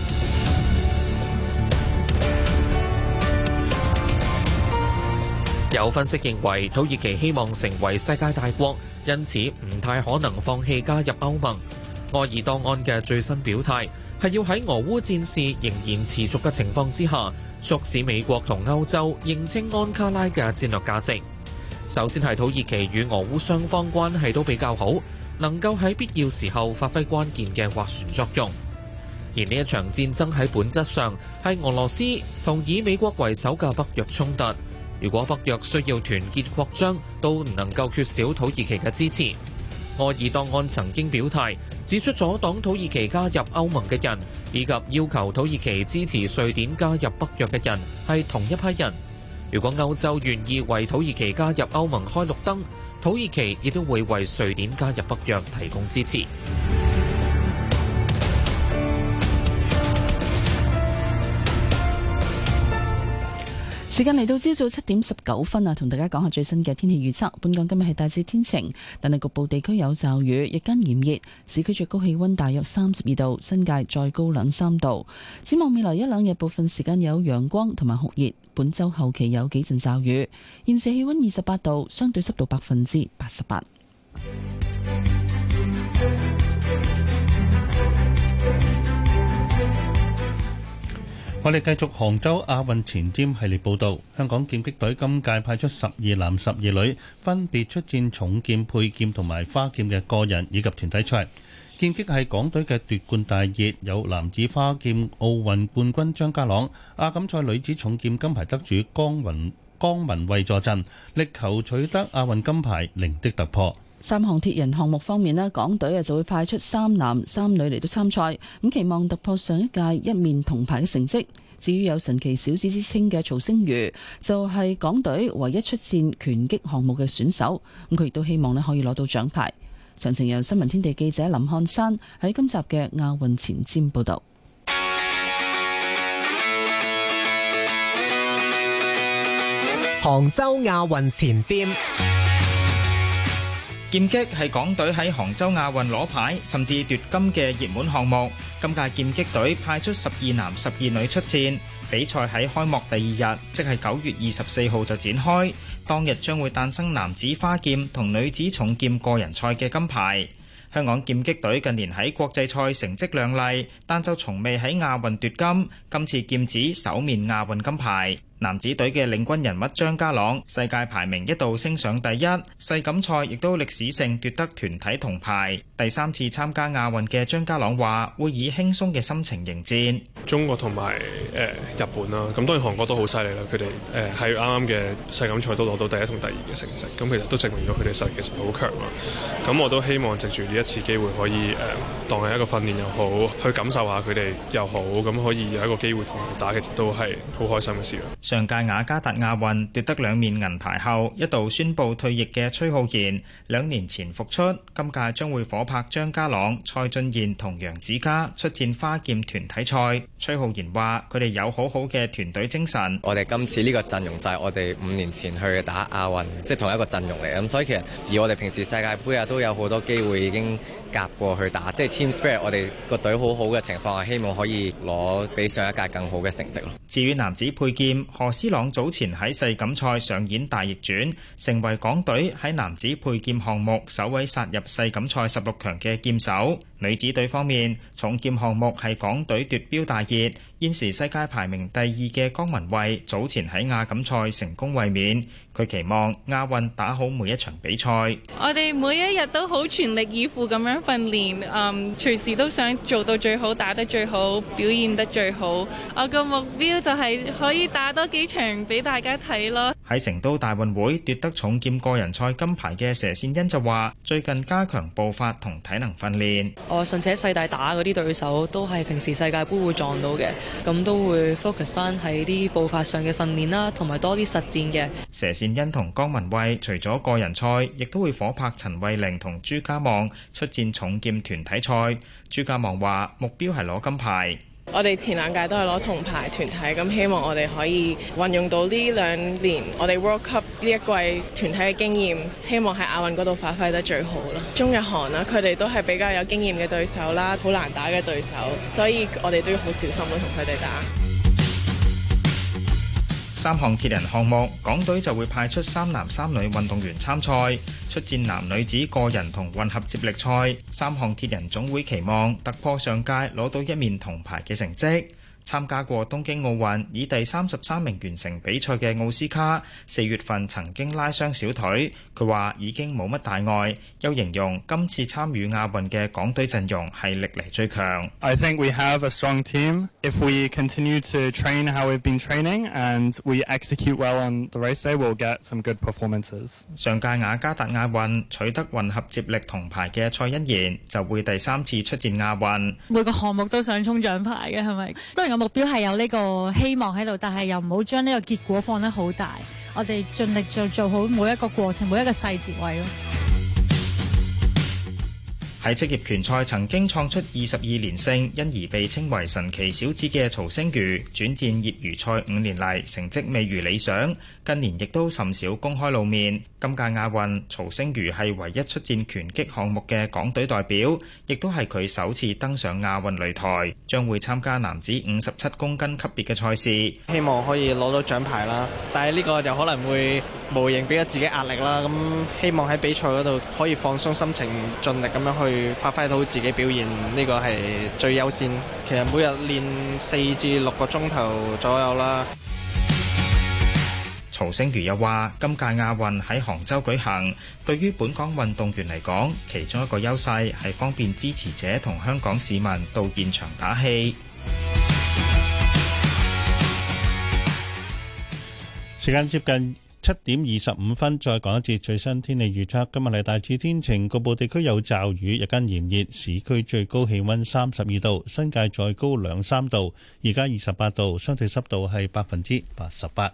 有分析認為，土耳其希望成為世界大國，因此唔太可能放棄加入歐盟。埃爾多安嘅最新表態係要喺俄烏戰事仍然持續嘅情況之下，促使美國同歐洲認清安卡拉嘅戰略價值。首先係土耳其與俄烏雙方關係都比較好，能夠喺必要時候發揮關鍵嘅斡旋作用。而呢一場戰爭喺本質上係俄羅斯同以美國為首嘅北約衝突。如果北約需要團結擴張，都唔能夠缺少土耳其嘅支持。埃爾多安曾經表態，指出阻擋土耳其加入歐盟嘅人，以及要求土耳其支持瑞典加入北約嘅人係同一批人。 如果歐洲願意為土耳其加入歐盟開綠燈，土耳其亦都會為瑞典加入北約提供支持。 時間嚟到朝早七點十九分啊，同大家講下最新嘅天氣預測。本港今日係大致天晴，但係局部地區有驟雨，日間炎熱，市區最高氣溫大約三十二度，新界再高兩三度。展望未來一兩日，部分時間有陽光同埋酷熱，本週後期有幾陣驟雨。現時氣溫二十八度，相對濕度百分之八十八。 我哋繼續杭州亞運前瞻系列報導。香港劍擊隊今屆派出十二男十二女，分別出戰重劍、佩劍同埋花劍嘅個人以及團體賽。劍擊係港隊嘅奪冠大熱，有男子花劍奧運冠軍張家朗、亞錦賽女子重劍金牌得主江雲江文慧助陣，力求取得亞運金牌零的突破。 三項鐵人項目方面咧，港隊啊就會派出三男三女嚟到參賽，咁期望突破上一屆一面銅牌嘅成績。至於有神奇小子之稱嘅曹星如，就係港隊唯一出戰拳擊項目嘅選手，咁佢亦都希望咧可以攞到獎牌。詳情由新聞天地記者林漢山喺今集嘅亞運前瞻報道。 杭州亞運前瞻。 劍擊係港隊喺杭州亞運攞牌甚至奪金嘅熱門項目。今屆劍擊隊派出十二男十二女出戰，比賽喺開幕第二日，即係九月二十四號就展開。當日將會誕生男子花劍同女子重劍個人賽嘅金牌。香港劍擊隊近年喺國際賽成績亮麗，但就從未喺亞運奪金。今次劍指首面亞運金牌。男子隊嘅領軍人物張家朗，世界排名一度升上第一，世錦賽亦都歷史性奪得團體銅牌。第三次參加亞運嘅張家朗話，會以輕鬆嘅心情迎戰。 中國同埋誒日本啦，咁當然韓國都好犀利啦，佢哋誒喺啱啱嘅世錦賽都攞到第一同第二嘅成績，咁其實都證明咗佢哋實力其實好強啦。咁我都希望藉住呢一次機會可以誒、呃、當係一個訓練又好，去感受下佢哋又好，咁可以有一個機會同佢打，其實都係好開心嘅事啦。 上屆雅加達亞運奪得兩面銀牌後，一度宣布退役嘅崔浩然，兩年前復出，今屆將會夥拍張家朗、蔡俊彥同楊子嘉出戰花劍團體賽。崔浩然話：佢哋有好好嘅團隊精神。 我哋今次呢個陣容就係我哋五年前去打亞運，即係同一個陣容嚟，咁所以其實而我哋平時世界盃啊都有好多機會已經夾過去打，即係 team spirit，我哋個隊好好嘅情況下，希望可以攞比上一屆更好嘅成績咯。 至於男子佩劍，何思朗早前喺世錦賽上演大逆轉，成為港隊喺男子佩劍項目首位殺入世錦賽十六強嘅劍手。女子隊方面，重劍項目係港隊奪標大熱，現時世界排名第二嘅江文慧早前喺亞錦賽成功衛冕，佢期望亞運打好每一場比賽。 我哋每一日都好全力以赴咁樣訓練，嗯，隨時都想做到最好，打得最好，表現得最好。我個目標就係可以打多幾場俾大家睇咯。 喺成都大運會奪得重劍個人賽金牌嘅佘善欣就話，最近加強步伐同體能訓練。 我上次喺世大打嗰啲對手都係平時世界盃會撞到嘅，咁都會 focus 翻喺啲步伐上嘅訓練啦，同埋多啲實戰嘅。 佘善欣同江文慧除咗個人賽，亦都會夥拍陳慧玲同朱家望出戰重劍團體賽。朱家望話目標係攞金牌。 我哋前兩屆都係攞銅牌團體，咁希望我哋可以運用到呢兩年我哋 World Cup 呢一季團體嘅經驗，希望喺亞運嗰度發揮得最好啦。中日韓啦，佢哋都係比較有經驗嘅對手啦，好難打嘅對手，所以我哋都要好小心咯，同佢哋打。 三項鐵人項目，港隊就會派出三男三女運動員參賽，出戰男女子個人同混合接力賽。三項鐵人總會期望突破上屆攞到一面銅牌嘅成績。參加過東京奧運以第三十三名完成比賽嘅奧斯卡，四月份曾經拉傷小腿，佢話已經冇乜大礙，又形容今次參與亞運嘅港隊陣容係歷嚟最強。 I think we have a strong team. If we continue to train how we've been training and we execute well on the race day, we'll get some good performances. 上屆雅加達亞運取得混合接力銅牌嘅蔡欣然就會第三次出戰亞運。 每個項目都想衝獎牌嘅係咪？當然嘅目標係有呢個希望喺度，但係又唔好將呢個結果放得好大。我哋盡力做做好每一個過程，每一個細節位咯。 喺職業拳賽曾經創出二十二連勝，因而被稱為神奇小子嘅曹星如，轉戰業餘賽五年嚟，成績未如理想，近年亦都甚少公開露面。今屆亞運，曹星如係唯一出戰拳擊項目嘅港隊代表，亦都係佢首次登上亞運擂台，將會參加男子五十七公斤級別嘅賽事。 希望可以攞到獎牌啦，但係呢個就可能會無形俾咗自己壓力啦。咁希望喺比賽嗰度可以放鬆心情，盡力咁樣去發揮到自己表現，呢個係最優先。其實每日練四至六個鐘頭左右啦。 曹星如又話：今屆亞運喺杭州舉行，對於本港運動員嚟講，其中一個優勢係方便支持者同香港市民到現場打氣。 時間接近七點二十五分，再講一節最新天氣預測。今日係大致天晴，局部地區有驟雨，日間炎熱，市區最高氣溫三十二度，新界再高兩三度。而家二十八度，相對濕度係百分之八十八。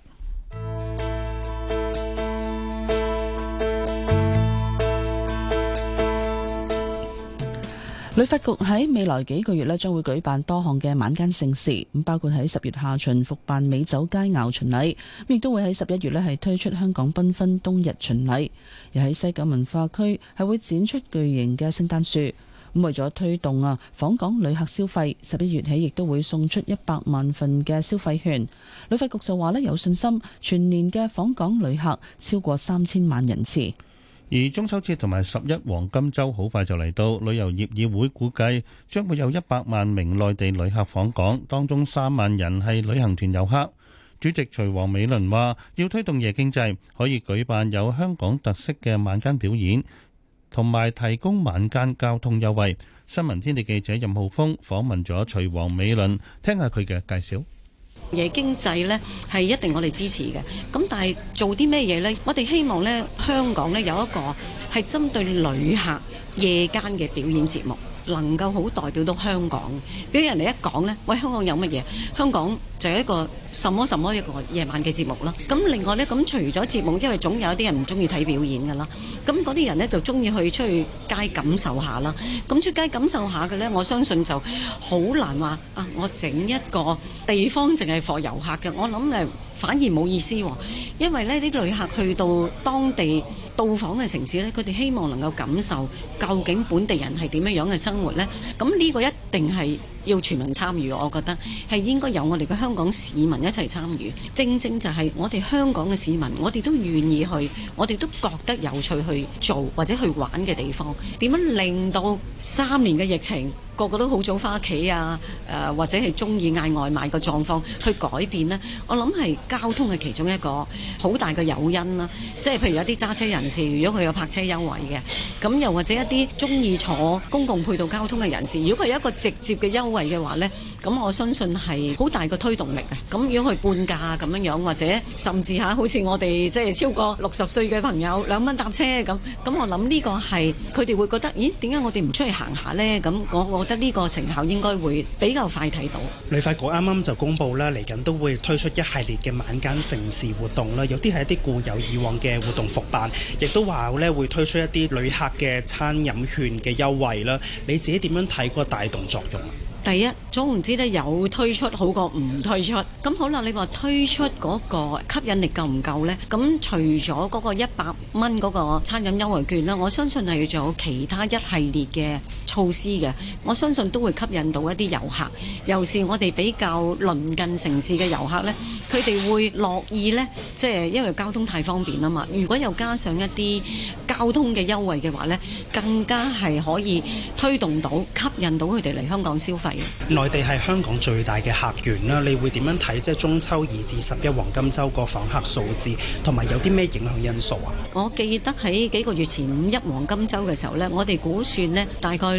旅發局喺未來幾個月咧，將會舉辦多項嘅晚間盛事，咁包括喺十月下旬復辦美酒佳肴巡禮，亦都會喺十一月咧係推出香港繽紛冬日巡禮，而喺西九文化區係會展出巨型嘅聖誕樹。咁為咗推動啊訪港旅客消費，十一月起亦都會送出一百萬份嘅消費券。旅發局就話咧有信心，全年嘅訪港旅客超過三千萬人次。 而中秋節同埋十一黃金週好快就嚟到，旅遊業議會估計將會有一百萬名內地旅客訪港，當中三萬人係旅行團遊客。主席徐王美倫話：要推動夜經濟，可以舉辦有香港特色嘅晚間表演，同埋提供晚間交通優惠。新聞天地記者任浩峰訪問咗徐王美倫，聽下佢嘅介紹。 夜經濟呢係一定我哋支持嘅，咁但係做啲咩嘢呢？我哋希望呢香港呢有一個係針對旅客夜間嘅表演節目，能夠好代表到香港。俾人哋一講呢，喂，香港有乜嘢？香港就係一個什麼什麼一個夜晚嘅節目啦。咁另外呢，咁除咗節目，因為總有啲人唔中意睇表演㗎啦。咁嗰啲人呢，就中意去出去街感受下啦。咁出街感受下嘅呢，我相信就好難話啊！我整一個地方淨係畀遊客嘅，我諗誒反而冇意思喎。因為呢啲旅客去到當地到訪嘅城市呢，佢哋希望能夠感受究竟本地人係點樣樣嘅生活呢。咁呢個一定係要全民參與，我覺得係應該由我哋嘅香港市民一齊參與。正正就係我哋香港嘅市民，我哋都願意去，我哋都覺得有趣去做或者去玩嘅地方。點樣令到三年嘅疫情個個都好早翻屋企啊？誒、呃、或者係中意嗌外賣嘅狀況去改變呢？我諗係交通嘅其中一個好大嘅誘因啦。即係譬如有啲揸車人士，如果佢有泊車優惠嘅，咁又或者一啲中意坐公共配套交通嘅人士，如果佢有一個直接嘅優惠嘅話呢，咁我相信係好大嘅推動力啊！咁如果佢半價咁樣樣，或者甚至嚇好似我哋即係超過六十歲嘅朋友兩蚊搭車咁，咁我諗呢個係佢哋會覺得，咦？點解我哋唔出去行下呢？咁我我覺得呢個成效應該會比較快睇到。 旅發局啱啱就公布啦，嚟緊都會推出一系列嘅晚間盛事活動啦，有啲係一啲固有以往嘅活動復辦，亦都話咧會推出一啲旅客嘅餐飲券嘅優惠啦。你自己點樣睇嗰個帶動作用啊？ 第一，總唔知咧有推出好過唔推出。咁好啦，你話推出嗰個吸引力夠唔夠呢？咁除咗嗰個一百蚊嗰個餐飲優惠券啦，我相信係仲有其他一系列嘅措施嘅。我相信都會吸引到一啲遊客，尤其是我哋比較鄰近城市嘅遊客呢，佢哋會樂意呢，即係因為交通太方便啊嘛。如果又加上一啲交通嘅優惠嘅話呢，更加係可以推動到吸引到佢哋嚟香港消費。 內地係香港最大嘅客源啦，你會點樣睇？即係中秋二至十一黃金週個訪客數字，同埋有啲咩影響因素啊？ 我記得喺幾個月前五一黃金週嘅時候呢，我哋估算呢大概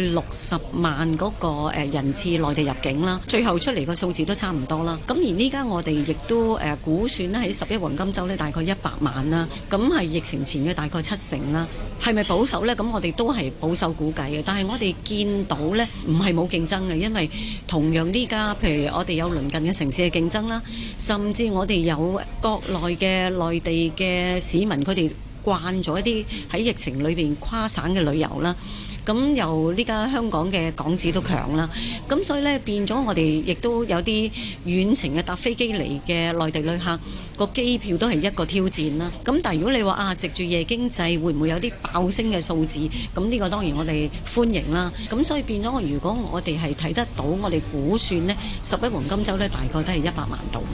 六十萬嗰個誒人次內地入境啦，最後出嚟個數字都差唔多啦。咁而呢家我哋亦都誒估算咧喺十一黃金週咧大概一百萬啦，咁係疫情前嘅大概七成啦。係咪保守呢？咁我哋都係保守估計嘅，但係我哋見到呢，唔係冇競爭嘅，因為同樣呢家譬如我哋有鄰近嘅城市嘅競爭啦，甚至我哋有國內嘅內地嘅市民，佢哋慣咗一啲喺疫情裏邊跨省嘅旅遊啦。咁由呢家香港嘅港紙都強啦，咁所以呢，變咗我哋亦都有啲遠程嘅搭飛機嚟嘅內地旅客個機票都係一個挑戰啦。咁但係如果你話啊，藉住夜經濟會唔會有啲爆升嘅數字？咁呢個當然我哋歡迎啦。咁所以變咗，如果我哋係睇得到，我哋估算呢十一黃金週呢，大概都係一百萬度。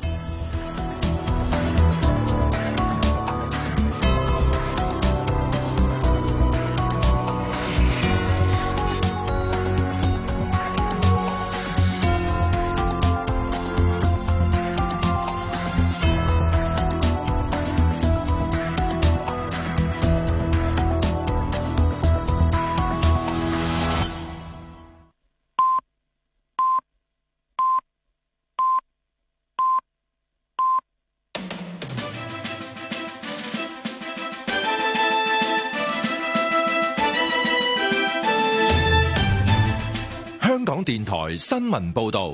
香港電台新聞報道，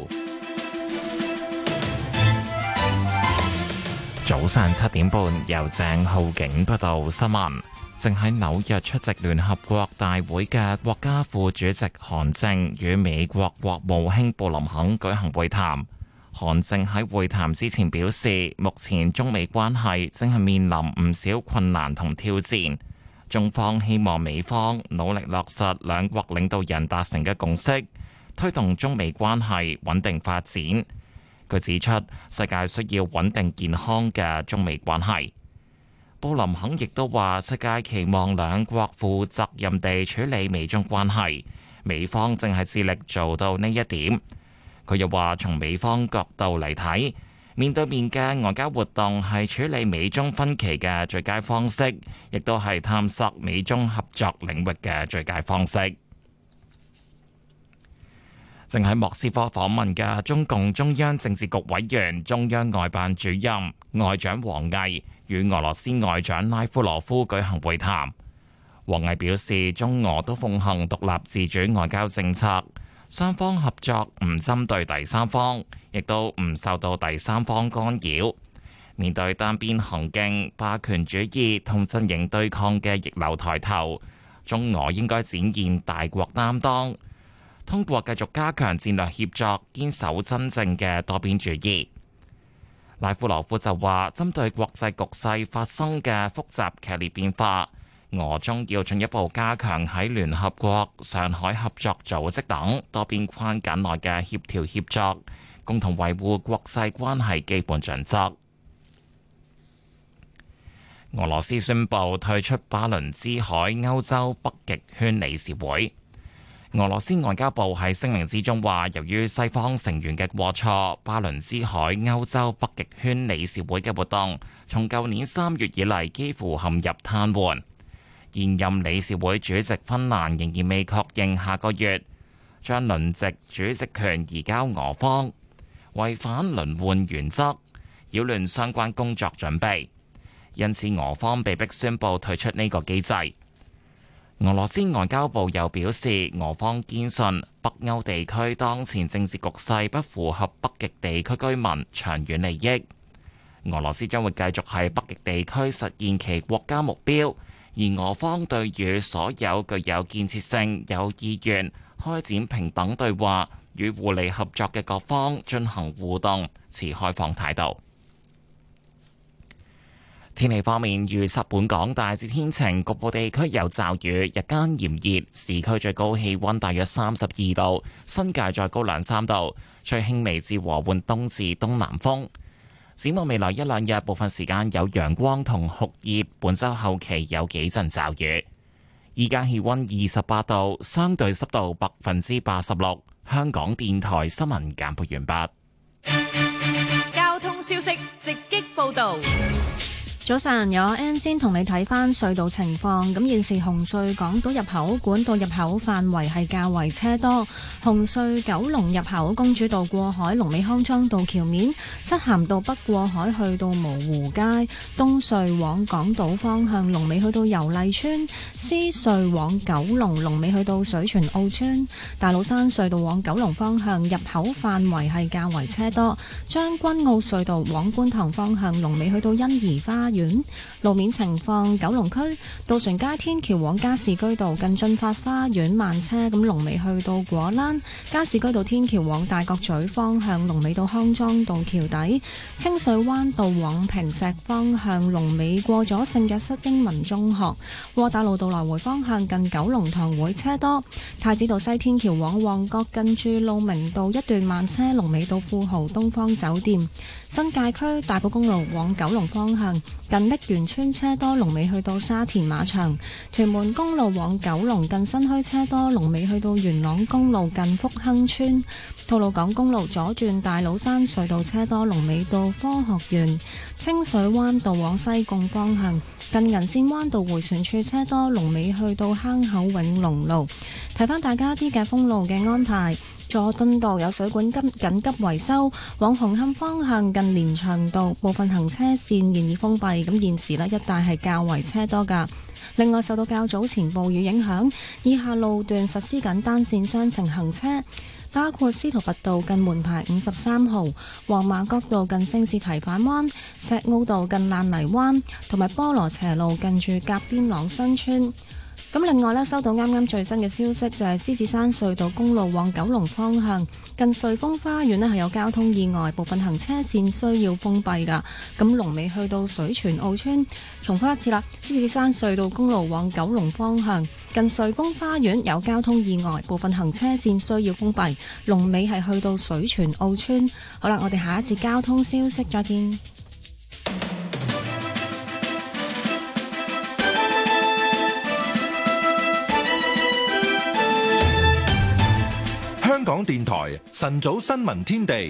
早上七點半由鄭浩景報道新聞。正喺紐約出席聯合國大會嘅國家副主席韓正與美國國務卿布林肯舉行會談。韓正喺會談之前表示，目前中美關係正係面臨唔少困難同挑戰，中方希望美方努力落實兩國領導人達成嘅共識，推動中美關係穩定發展。佢指出，世界需要穩定健康嘅中美關係。布林肯亦都話，世界期望兩國負責任地處理美中關係，美方正係致力做到呢一點。佢又話，從美方角度嚟睇，面對面嘅外交活動係處理美中分歧嘅最佳方式，亦都係探索美中合作領域嘅最佳方式。正喺莫斯科訪問嘅中共中央政治局委員、中央外辦主任外長王毅與俄羅斯外長拉夫羅夫舉行會談。王毅表示，中俄都奉行獨立自主外交政策，雙方合作唔針對第三方，亦都唔受到第三方干擾。面對單邊行徑、霸權主義同陣營對抗嘅逆流抬頭，中俄應該展現大國擔當，通過繼續加強戰略協作，堅守真正嘅多邊主義。拉夫羅夫就話，針對國際局勢發生嘅複雜劇烈變化，俄中要進一步加強喺聯合國、上海合作組織等多邊框架內嘅協調協作，共同維護國際關係基本準則。俄羅斯宣布退出巴倫支海歐洲北極圈理事會。俄羅斯外交部喺聲明之中話，由於西方成員嘅過錯，巴倫支海歐洲北極圈理事會嘅活動從舊年三月以嚟幾乎陷入癱瘓。現任理事會主席芬蘭仍然未確認下個月將輪值主席權移交俄方，違反輪換原則，擾亂相關工作準備，因此俄方被迫宣布退出呢個機制。俄羅斯外交部又表示，俄方堅信北歐地區當前政治局勢不符合北極地區居民長遠利益。俄羅斯將會繼續喺北極地區實現其國家目標，而俄方對與所有具有建設性、有意願開展平等對話與互利合作嘅各方進行互動，持開放態度。天氣方面，預測本港大致天晴，局部地區有驟雨，日間炎熱，市區最高氣溫大約三十二度，新界再高兩三度，吹輕微至和緩東至東南風。展望未來一兩日，部分時間有陽光同酷熱，本週後期有幾陣驟雨。依家氣溫二十八度，相對濕度百分之八十六。香港電台新聞簡報完畢。 交通消息直擊報道。 早晨，有 N 先同你睇翻隧道情況。咁現時紅隧港島入口管道入口範圍係較為車多。紅隧九龍入口公主道過海、龍尾康莊道橋面、漆咸道北過海去到蕪湖街、東隧往港島方向龍尾去到油麗邨、獅隧往九龍龍尾去到水泉澳村、大老山隧道往九龍方向入口範圍係較為車多。將軍澳隧道往觀塘方向龍尾去到欣怡花園。路面情況，九龍區渡船街天橋往加士居道近駿發花園慢車，咁龍尾去到果欄；加士居道天橋往大角咀方向龍尾到康莊道橋底；清水灣道往坪石方向龍尾過咗聖若瑟英文中學；窩打老道來回方向近九龍塘會車多；太子道西天橋往旺角近住路明道一段慢車，龍尾到富豪東方酒店；新界區大埔公路往九龍方向近瀝源村車多，龍尾去到沙田馬場；屯門公路往九龍近新墟車多，龍尾去到元朗公路近福亨村；吐露港公路左轉大老山隧道車多，龍尾到科學園；清水灣道往西貢方向近銀線灣道迴旋處車多，龍尾去到坑口永隆路。提翻大家啲嘅封路嘅安排。佐敦道有水管急緊急維修，往紅磡方向近連翔道部分行車線現已封閉，咁現時呢一帶係較為車多㗎。另外，受到較早前暴雨影響，以下路段實施緊單線雙程行車，包括司徒拔道近門牌五十三號、黃麻角道近聖士提反灣、石澳道近爛泥灣，同埋菠蘿斜路近住甲邊朗新村。咁另外咧，收到啱啱最新嘅消息，就係獅子山隧道公路往九龍方向近瑞豐花園咧係有交通意外，部分行車線需要封閉噶。咁龍尾去到水泉澳村。重複一次啦，獅子山隧道公路往九龍方向近瑞豐花園有交通意外，部分行車線需要封閉，龍尾係去到水泉澳村。好啦，我哋下一節交通消息再見。 香港電台晨早新聞天地，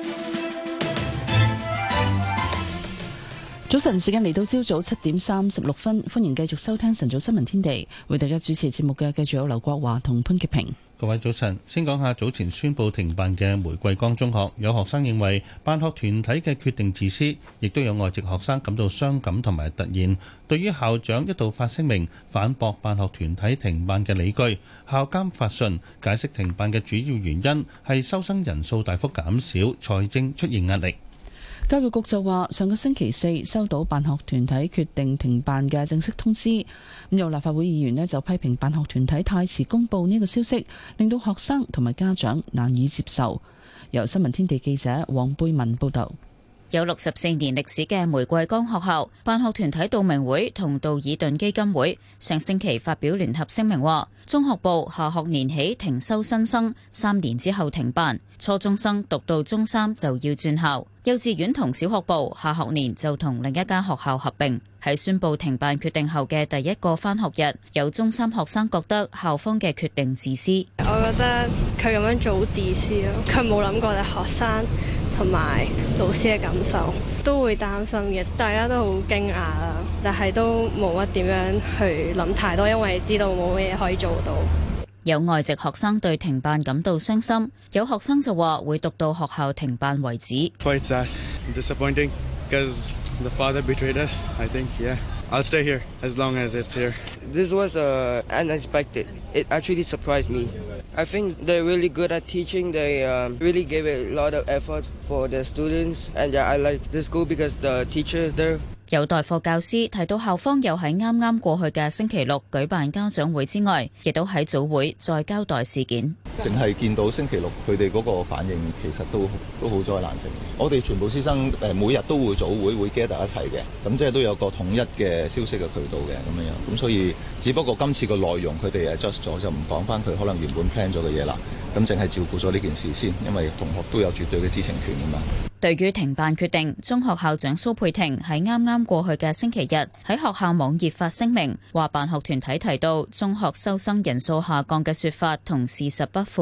早晨時間嚟到朝早七點三十六分，歡迎繼續收聽晨早新聞天地，為大家主持節目嘅繼續有劉國華同潘潔平。 各位早晨，先講下早前宣布停辦嘅玫瑰崗中學，有學生認為辦學團體嘅決定自私，亦都有外籍學生感到傷感同埋突然。對於校長一度發聲明反駁辦學團體停辦嘅理據，校監發信解釋停辦嘅主要原因係收生人數大幅減少，財政出現壓力。 教育局就話，上個星期四收到辦學團體決定停辦嘅正式通知。咁有立法會議員呢就批評辦學團體太遲公布呢個消息，令到學生同埋家長難以接受。由新聞天地記者黃貝文報道。 有六十四年歷史嘅玫瑰崗學校辦學團體道明會同道爾頓基金會上星期發表聯合聲明話，中學部下學年起停收新生，三年之後停辦，初中生讀到中三就要轉校，幼稚園同小學部下學年就同另一間學校合併。喺宣布停辦決定後嘅第一個返學日，有中三學生覺得校方嘅決定自私。 我覺得佢咁樣做好自私咯，佢冇諗過我哋學生同埋老師嘅感受，都會擔心嘅。大家都好驚訝啦，但係都冇乜點樣去諗太多，因為知道冇乜嘢可以做到。 有外籍學生對停辦感到傷心，有學生就話會讀到學校停辦為止。 Quite sad, disappointing, because the father betrayed us. I think, yeah, I'll stay here as long as it's here. This was uh, unexpected. It actually surprised me. I think they're really good at teaching. They um, really gave a lot of effort for their students, and yeah, I like the school because the teacher is there. 有代課教師提到，校方又喺啱啱過去嘅星期六舉辦家長會之外，亦都喺早會再交代事件。 淨係見到星期六佢哋嗰個反應，其實都都好災難性。我哋全部師生誒每日都會早會會 gather 一齊嘅，咁即係都有個統一嘅消息嘅渠道嘅咁樣樣。咁所以只不過今次個內容佢哋 adjust 咗，就唔講翻佢可能原本 plan 咗嘅嘢啦。咁淨係照顧咗呢件事先，因為同學都有絕對嘅知情權㗎嘛。 對於停辦決定，中學校長蘇佩婷喺啱啱過去嘅星期日喺學校網頁發聲明，話辦學團體提到中學收生人數下降嘅說法同事實不符。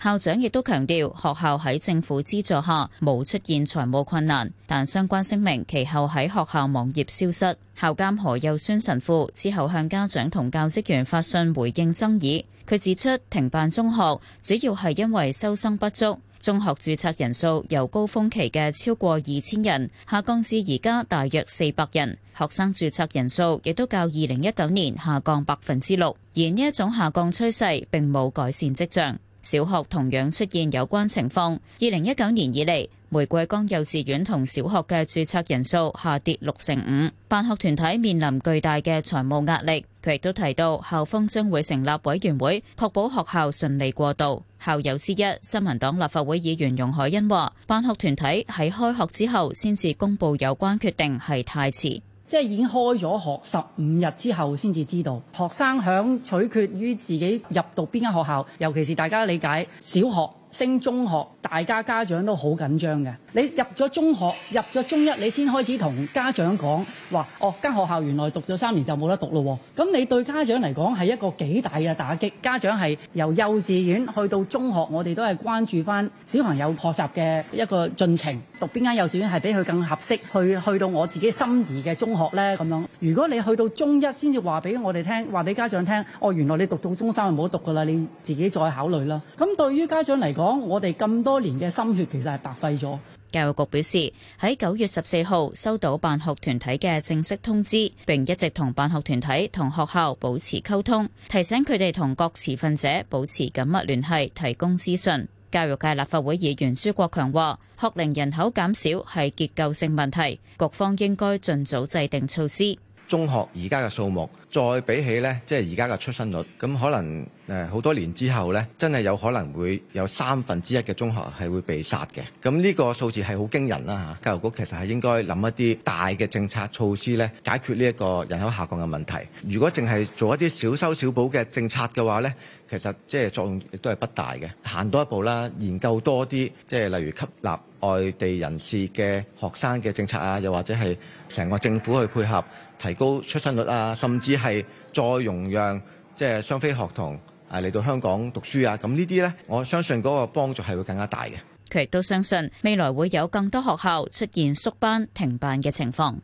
校長亦都強調，學校喺政府資助下冇出現財務困難，但相關聲明其後喺學校網頁消失。校監何佑宣神父之後向家長同教職員發信回應爭議。佢指出，停辦中學主要係因為收生不足，中學註冊人數由高峰期嘅超過二千人下降至而家大約四百人，學生註冊人數亦都較二零一九年下降百分之六，而呢一種下降趨勢並冇改善跡象。小學同樣出現有關情況，二零一九年以嚟，玫瑰崗幼稚園同小學嘅註冊人數下跌六成五，辦學團體面臨巨大嘅財務壓力。佢亦都提到，校方將會成立委員會，確保學校順利過渡。校友之一，新民黨立法會議員容海恩話，辦學團體喺開學之後先至公佈有關決定係太遲。 即係已經開咗學十五日之後先至知道，學生響取決於自己入讀邊間學校，尤其是大家理解小學升中學，大家家長都好緊張嘅。你入咗中學，入咗中一，你先開始同家長講話，哦，間學校原來讀咗三年就冇得讀咯。咁你對家長嚟講係一個幾大嘅打擊。家長係由幼稚園去到中學，我哋都係關注翻小朋友學習嘅一個進程，讀邊間幼稚園係比佢更合適，去去到我自己心儀嘅中學呢。咁樣。如果你去到中一先至話俾我哋聽，話俾家長聽，哦，原來你讀到中三就冇得讀㗎啦，你自己再考慮啦。咁對於家長嚟講，我哋咁多年嘅心血其實係白費咗。 教育局表示，喺九月十四號收到辦學團體嘅正式通知，並一直同辦學團體同學校保持溝通，提醒佢哋同各持份者保持緊密聯繫，提供資訊。教育界立法會議員朱國強話，學齡人口減少係結構性問題，局方應該盡早制定措施。 中學而家嘅數目，再比起呢，即係而家嘅出生率，咁可能誒好多年之後呢，真係有可能會有三分之一嘅中學係會被殺嘅。咁呢個數字係好驚人啦嚇。教育局其實係應該諗一啲大嘅政策措施呢，解決呢一個人口下降嘅問題。如果淨係做一啲小修小補嘅政策嘅話呢，其實即係作用亦都係不大嘅。行多一步啦，研究多啲，即係例如吸納外地人士嘅學生嘅政策啊，又或者係成個政府去配合，提高出生率啊，甚至係再容讓即係雙非學童啊嚟到香港讀書啊，咁呢啲呢，我相信嗰個幫助係會更加大嘅。 佢亦都相信未來會有更多學校出現縮班停辦嘅情況。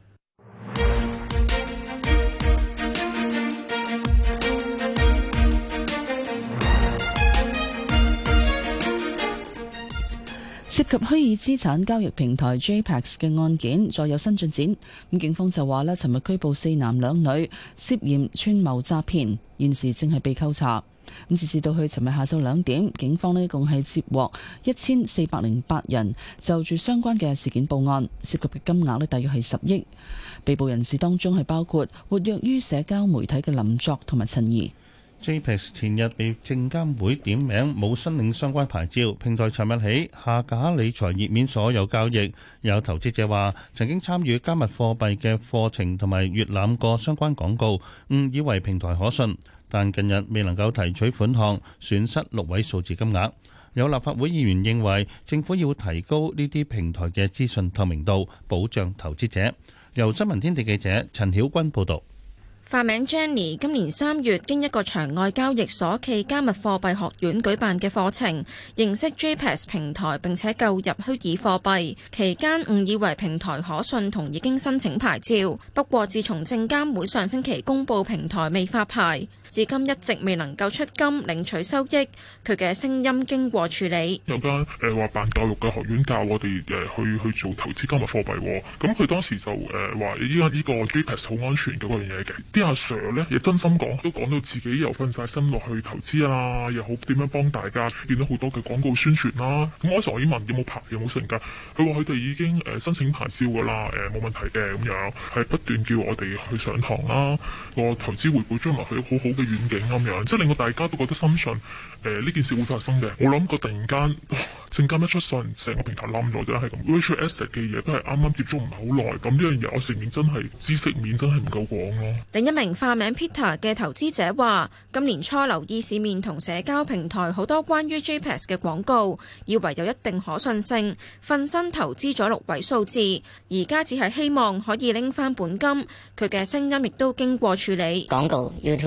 涉及虛擬資產交易平台 J P E X 嘅案件再有新進展，咁警方就話咧，尋日拘捕四男兩女，涉嫌串謀詐騙，現時正係被扣查。咁截至到去尋日下晝兩點，警方呢共係接獲一千四百零八人就住相關嘅事件報案，涉及嘅金額呢大約係十億。被捕人士當中係包括活躍於社交媒體嘅林作同埋陳怡。 J P E X 前日被證監會點名，冇申領相關牌照。平台尋日起下架理財頁面所有交易。有投資者話曾經參與加密貨幣嘅課程同埋閲覽過相關廣告，誤以為平台可信，但近日未能夠提取款項，損失六位數字金額。有立法會議員認為政府要提高呢啲平台嘅資訊透明度，保障投資者。由新聞天地記者陳曉君報導。 化名 Jenny 今年三月經一個場外交易所暨加密貨幣學院舉辦嘅課程，認識 J P E X 平台並且購入虛擬貨幣，期間誤以為平台可信同已經申請牌照。不過自從證監會上星期公佈平台未發牌，至今一直未能夠出金領取收益。佢嘅聲音經過處理。 有間誒話辦教育嘅學院教我哋誒去去做投資加密貨幣喎，咁佢當時就誒話依家呢個 J P E X 好安全嘅嗰樣嘢嘅。啲阿 Sir 咧亦真心講，都講到自己又瞓晒身落去投資啊，又好點樣幫大家，見到好多嘅廣告宣傳啦。咁嗰時我已經問有冇牌有冇成㗎，佢話佢哋已經誒申請牌照㗎啦，誒冇問題嘅咁樣，係不斷叫我哋去上堂啦，個投資回報將來係好好嘅遠景咁樣，即係令到大家都覺得深信誒呢、呃、件事會發生嘅。我諗過突然間證監一出信，成個平台冧咗，真係咁。Virtual asset 嘅嘢都係啱啱接觸唔係好耐，咁呢樣嘢我承認真係知識面真係唔夠廣咯。 另一名化名 Peter 嘅投資者話：今年初留意市面同社交平台好多關於 J P E X 嘅廣告，以為有一定可信性，瞓身投資咗六位數字，而家只係希望可以拎翻本金。佢嘅聲音亦都經過處理。 廣告 YouTube 啊。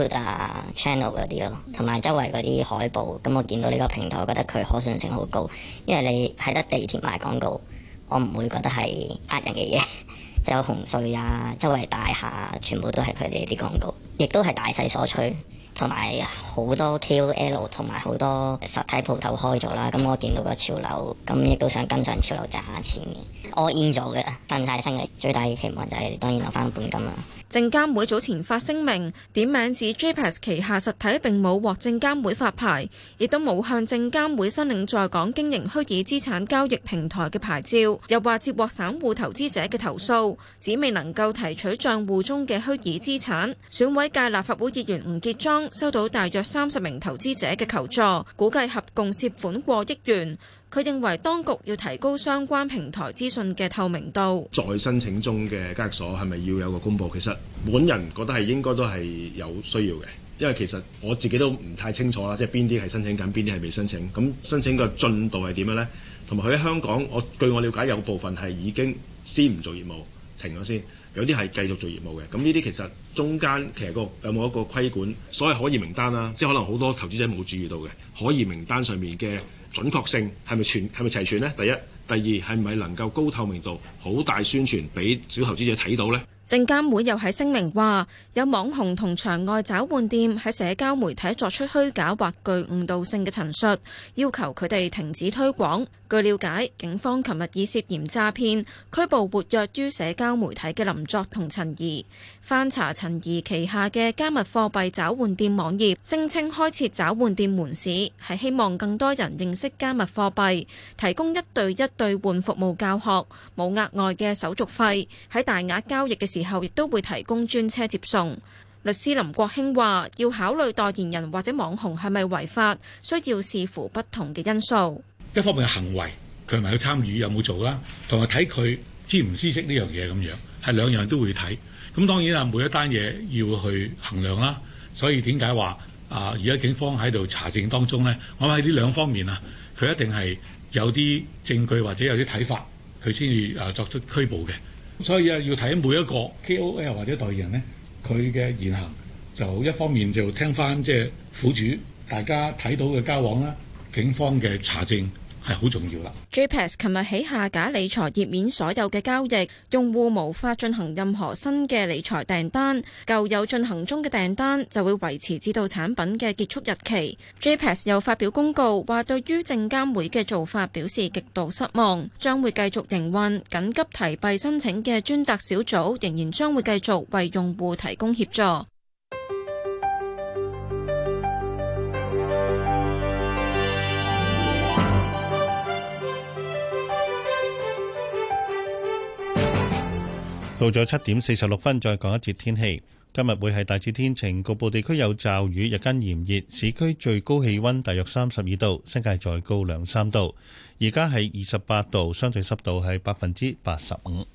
啊 channel 嗰啲咯，同埋周圍嗰啲海報。咁我見到呢個平台，我覺得佢可信性好高，因為你喺得地鐵賣廣告，我唔會覺得係呃人嘅嘢。就有紅隧啊，周圍大廈全部都係佢哋啲廣告，亦都係大勢所趨。同埋好多 K O L 同埋好多實體鋪頭開咗啦，咁我見到個潮流，咁亦都想跟上潮流賺下錢嘅。我現咗嘅，跟晒身嘅最大嘅期望就係當然留翻本金啦。 證監會早前發聲明，點名指 J P E X 旗下實體並冇獲證監會發牌，亦都冇向證監會申領在港經營虛擬資產交易平台嘅牌照。又話接獲散戶投資者嘅投訴，指未能夠提取帳戶中嘅虛擬資產。選委界立法會議員吳傑莊收到大約三十名投資者嘅求助，估計合共涉款過億元。佢認為當局要提高相關平台資訊嘅透明度。 在申請中嘅交易所係咪要有個公佈？其實本人覺得係應該都係有需要嘅，因為其實我自己都唔太清楚啦，即係邊啲係申請緊，邊啲係未申請。咁申請個進度係點樣呢？同埋佢喺香港，我據我了解有部分係已經先唔做業務，停咗先；有啲係繼續做業務嘅。咁呢啲其實中間其實個有冇一個規管？所謂可疑名單啦，即係可能好多投資者冇注意到嘅可疑名單上面嘅準確性係咪全係咪齊全呢？第一，第二係咪能夠高透明度、好大宣傳俾小投資者睇到呢？ 證監會又喺聲明話，有網紅同場外找換店喺社交媒體作出虛假或具誤導性嘅陳述，要求佢哋停止推廣。據了解，警方琴日以涉嫌詐騙拘捕活躍於社交媒體嘅林作同陳怡。翻查陳怡旗下嘅加密貨幣找換店網頁，聲稱開設找換店門市係希望更多人認識加密貨幣，提供一對一兌換服務教學，冇額外嘅手續費。喺大額交易嘅時候亦都會提供專車接送。律師林國興話，要考慮代言人或者網紅係咪違法，需要視乎不同嘅因素。 一方面嘅行為，佢係咪去參與有冇做啦，同埋睇佢知唔知識呢樣嘢咁樣，係兩樣都會睇。咁當然啊，每一單嘢要去衡量啦。所以點解話啊？而家警方喺度查證當中呢，我喺呢兩方面啊，佢一定係有啲證據或者有啲睇法，佢先至啊作出拘捕嘅。所以啊，要睇每一個 K O L 或者代言人呢，佢嘅言行就一方面就聽翻即係苦主大家睇到嘅交往啦，警方嘅查證係好重要啦。 J P E X 琴日起下架理財頁面所有嘅交易，用戶無法進行任何新嘅理財訂單，舊有進行中嘅訂單就會維持至到產品嘅結束日期。J P E X 又發表公告，話對於證監會嘅做法表示極度失望，將會繼續營運緊急提幣申請嘅專責小組，仍然將會繼續為用戶提供協助。 到咗七點四十六分，再講一節天氣。今日會係大致天晴，局部地區有驟雨，日間炎熱，市區最高氣溫大約三十二度，新界再高兩三度。而家係二十八度，相對濕度係百分之八十五。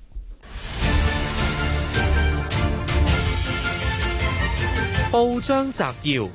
報章摘要：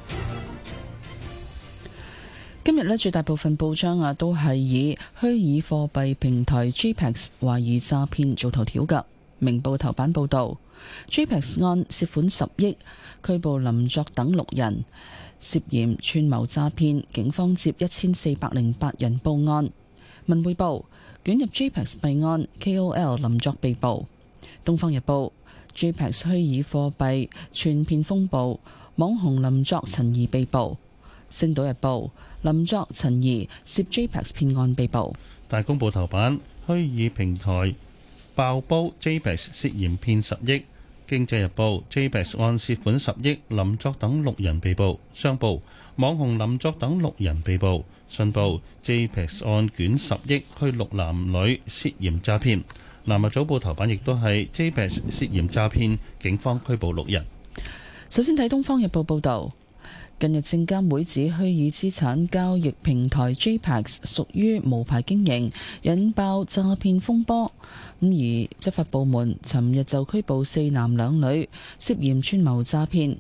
今日呢，絕大部分報章啊都係以虛擬貨幣平台 J P E X 懷疑詐騙做頭條㗎。明報頭版報導 ，J P E X 案涉款十億，拘捕林作等六人，涉嫌串謀詐騙，警方接一千四百零八人報案。文匯報捲入 J P E X 弊案 ，K O L 林作被捕。東方日報 J P E X 虛擬貨幣串騙風暴，網紅林作陳怡被捕。星島日報林作陳怡涉 J P E X 騙案被捕。 大公報頭版虛擬平台爆煲 J P E X 涉嫌騙十億。經濟日報 J P E X 案涉款十億，林作等六人被捕。商報網紅林作等六人被捕。信報 J P E X 案捲十億，拘六男女涉嫌詐騙。南華早報頭版亦都係 J P E X 涉嫌詐騙，警方拘捕六人。 首先睇東方日報報道。近日證監會指虛擬資產交易平台 J P E X 屬於無牌經營，引爆詐騙風波。咁而執法部門尋日就拘捕四男兩女，涉嫌串謀詐騙。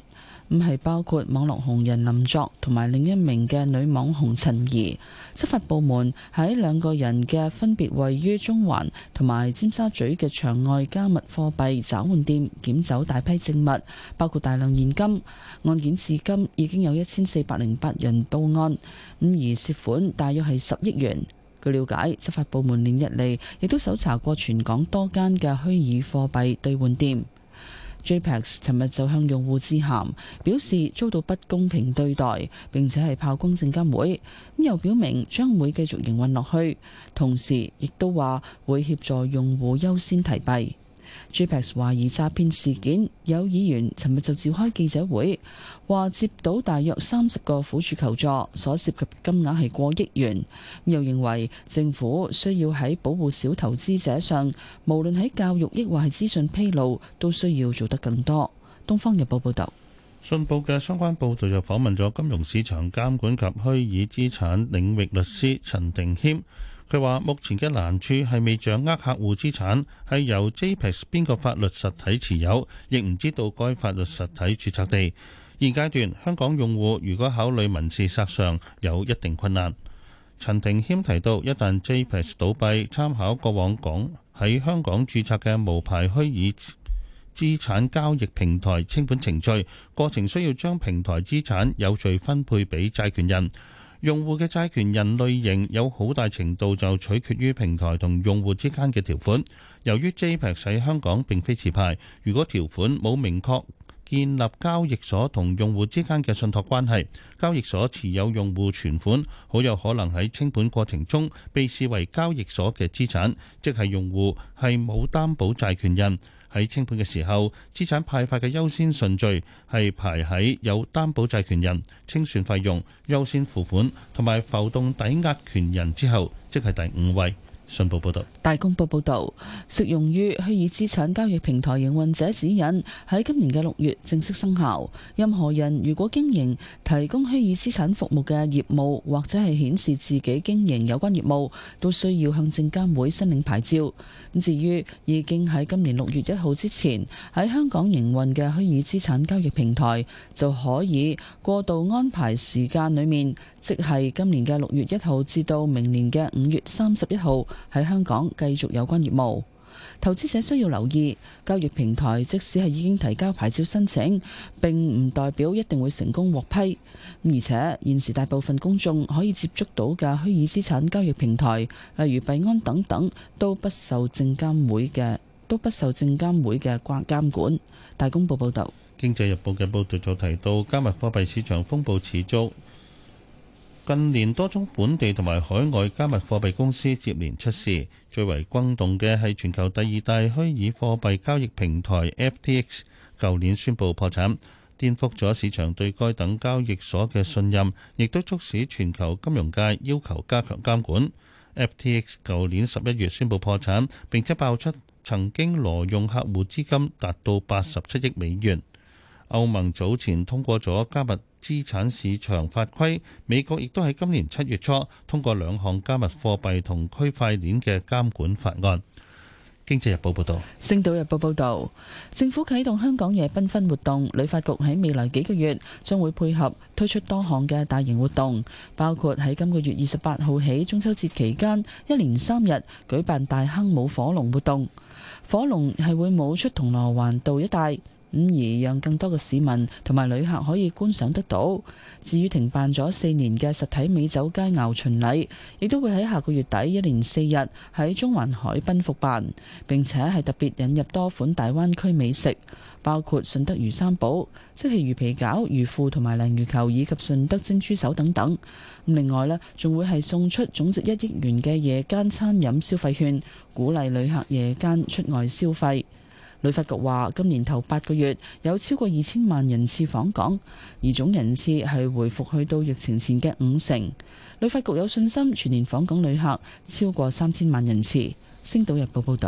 咁係包括網絡紅人林作同埋另一名嘅女網紅陳怡。執法部門喺兩個人嘅分別位於中環同埋尖沙咀嘅場外加密貨幣找換店檢走大批證物，包括大量現金。案件至今已經有一千四百零八人報案，咁而涉款大約係十億元。據了解，執法部門連日嚟亦都搜查過全港多間嘅虛擬貨幣兌換店。J P E X 尋日就向用戶致函，表示遭到不公平對待，並且係炮轟證監會。咁又表明將會繼續營運落去，同時亦都話會協助用戶優先提幣。J P E X 懷疑詐騙事件，有議員尋日就召開記者會，話接到大約三十個苦主求助，所涉及金額係過億元。又認為政府需要喺保護小投資者上，無論喺教育抑或係資訊披露，都需要做得更多。東方日報報道。 信報嘅相關報導就訪問咗金融市場監管及虛擬資產領域律師陳定謙。佢話：目前嘅難處係未掌握客戶資產係由 J P E X 邊個法律實體持有，亦唔知道該法律實體註冊地。現階段香港用戶如果考慮民事索償，有一定困難。陳庭謙提到，一旦 J P E X 倒閉，參考過往港喺香港註冊嘅無牌虛擬資產交易平台清盤程序，過程需要將平台資產有序分配俾債權人。用戶嘅債權人類型有好大程度就取決於平台同用戶之間嘅條款。由於 J P E X 喺香港並非持牌，如果條款冇明確建立交易所同用戶之間嘅信託關係，交易所持有用戶存款，好有可能喺清盤過程中被視為交易所嘅資產，即係用戶係冇擔保債權人。喺清盤嘅時候，資產派發嘅優先順序係排喺有擔保債權人、清算費用、優先付款同埋浮動抵押權人之後，即係第五位。信報報道。 大公報報導，適用於虛擬資產交易平台營運者指引喺今年嘅六月正式生效。任何人如果經營提供虛擬資產服務嘅業務，或者係顯示自己經營有關業務，都需要向證監會申領牌照。咁至於已經喺今年六月一號之前喺香港營運嘅虛擬資產交易平台，就可以過渡安排時間裡面，即係今年嘅六月一號至到明年嘅五月三十一號喺香港繼續有關業務。投資者需要留意，交易平台即使係已經提交牌照申請，並唔代表一定會成功獲批。而且現時大部分公眾可以接觸到嘅虛擬資產交易平台，例如幣安等等，都不受證監會嘅都不受證監會嘅監管。大公報報道。 《經濟日報》嘅報導就提到，加密貨幣市場風暴持續。近年多宗本地同埋海外加密貨幣公司接連出事，最為轟動嘅係全球第二大虛擬貨幣交易平台 F T X， 舊年宣布破產，顛覆咗市場對該等交易所嘅信任，亦都促使全球金融界要求加強監管。F T X 舊年十一月宣布破產，並且爆出曾經挪用客戶資金達到八十七億美元。歐盟早前通過咗加密資產市場法規，美國亦都喺今年七月初通過兩項加密貨幣同區塊鏈嘅監管法案。經濟日報報道。 星島日報報道，政府啟動香港夜繽紛活動，旅發局喺未來幾個月將會配合推出多項嘅大型活動，包括喺今個月二十八號起中秋節期間一連三日舉辦大坑舞火龍活動，火龍係會舞出銅鑼灣道一帶，咁而讓更多嘅市民同埋旅客可以觀賞得到。至於停辦咗四年嘅實體美酒佳餚巡禮，亦都會喺下個月底一連四日喺中環海濱復辦，並且係特別引入多款大灣區美食，包括順德魚三寶，即係魚皮餃、魚腐同埋鯪魚球，以及順德蒸豬手等等。另外呢，仲會係送出總值一億元嘅夜間餐飲消費券，鼓勵旅客夜間出外消費。旅發局話，今年頭八個月有超過二千萬人次訪港，而總人次係回復去到疫情前嘅五成。旅發局有信心全年訪港旅客超過三千萬人次。星島日報報道。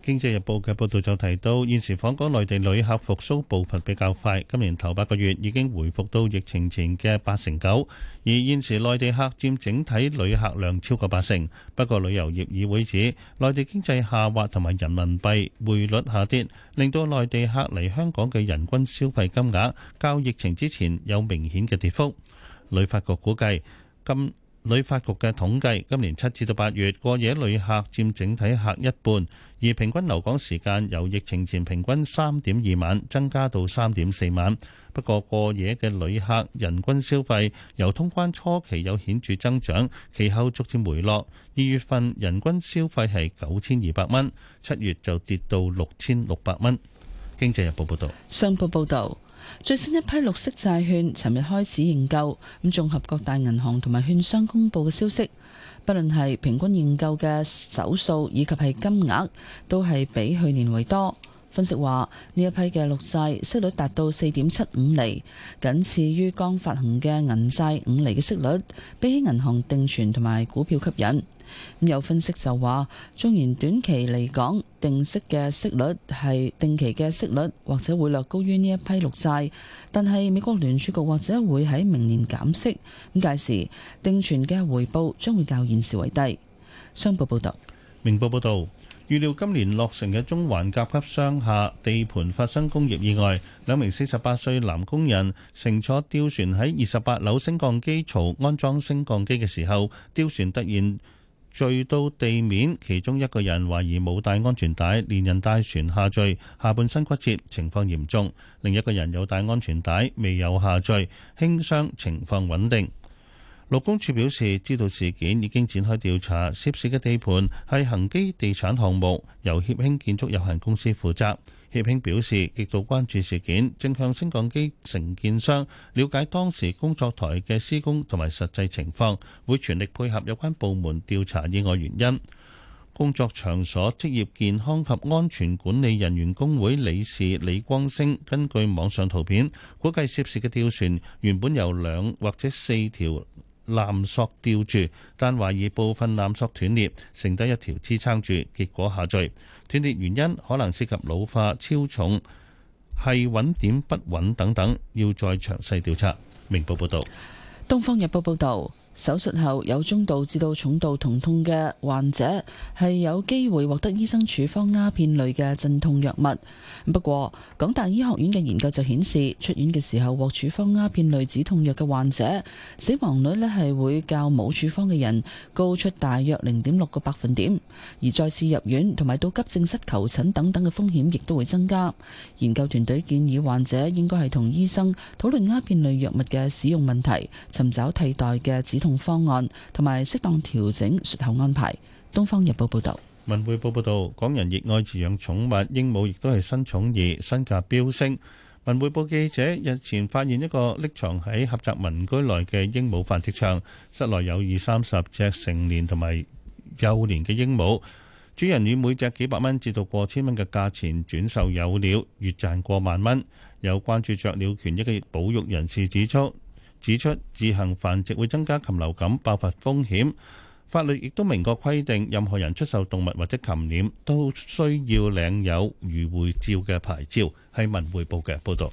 經濟日報嘅報導就提到，現時訪港內地旅客復甦步伐比較快，今年頭八個月已經回復到疫情前嘅八成九，而現時內地客佔整體旅客量超過八成。不過旅遊業議會指，內地經濟下滑同埋人民幣匯率下跌，令到內地客嚟香港嘅人均消費金額較疫情之前有明顯嘅跌幅。旅發局估計今旅發局嘅統計，今年七至到八月過夜旅客佔整體客一半，而平均留港時間由疫情前平均三點二晚增加到三點四晚。不過過夜嘅旅客人均消費由通關初期有顯著增長，其後逐漸回落。二月份人均消費係九千二百蚊，七月就跌到六千六百蚊。經濟日報報導。 商報報導。最新一批綠色債券尋日開始認購，咁綜合各大銀行同埋券商公佈嘅消息，不論係平均認購嘅手數以及係金額，都係比去年為多。分析話呢一批嘅綠債息率達到四點七五厘，僅次於剛發行嘅銀債五厘嘅息率，比起銀行定存同埋股票吸引。咁有分析就話，縱然短期嚟講，定息嘅息率係定期嘅息率或者會略高於呢一批綠債，但係美國聯儲局或者會喺明年減息，咁屆時定存嘅回報將會較現時為低。商報報道。 明報報道，預料今年落成嘅中環甲級商廈地盤發生工業意外，兩名四十八歲男工人乘坐吊船喺二十八樓升降機槽安裝升降機嘅時候，吊船突然墜到地面，其中一個人懷疑冇帶安全帶，連人帶船下墜，下半身骨折，情況嚴重；另一個人有帶安全帶，未有下墜，輕傷，情況穩定。勞工處表示，知道事件已經展開調查，涉事嘅地盤係恒基地產項目，由協興建築有限公司負責。協興表示極度關注事件，正向升降機承建商了解當時工作台嘅施工同埋實際情況，會全力配合有關部門調查意外原因。工作場所職業健康及安全管理人員工會理事李光星根據網上圖片估計，涉事嘅吊船原本有兩或者四條纜索吊住，但懷疑部分纜索斷裂，剩低一條支撐住，結果下墜。斷裂原因可能涉及老化、超重、係穩點不穩等等，要再詳細調查。明報報道。 東方日報報道，手術後有中度至到重度疼痛嘅患者係有機會獲得醫生處方鴉片類嘅鎮痛藥物。不過，港大醫學院嘅研究就顯示，出院嘅時候獲處方鴉片類止痛藥嘅患者，死亡率呢係會較冇處方嘅人高出大約零點六個百分點，而再次入院同埋到急症室求診等等嘅風險亦都會增加。研究團隊建議患者應該係同醫生討論鴉片類藥物嘅使用問題，尋找替代嘅止痛方案，同埋適當調整術後安排。東方日報報道。 文匯報報道，港人熱愛飼養寵物，鸚鵡亦都係新寵兒，身價飆升。文匯報記者日前發現一個匿藏喺狹窄民居內嘅鸚鵡繁殖場，室內有二三十隻成年同埋幼年嘅鸚鵡，主人以每隻幾百蚊至到過千蚊嘅價錢轉售有料，月賺過萬蚊。有關注雀鳥權益嘅保育人士指出，指出自行繁殖會增加禽流感爆發風險。法律亦都明確規定，任何人出售動物或者禽鳥都需要領有漁護照嘅牌照。係文匯報嘅報導。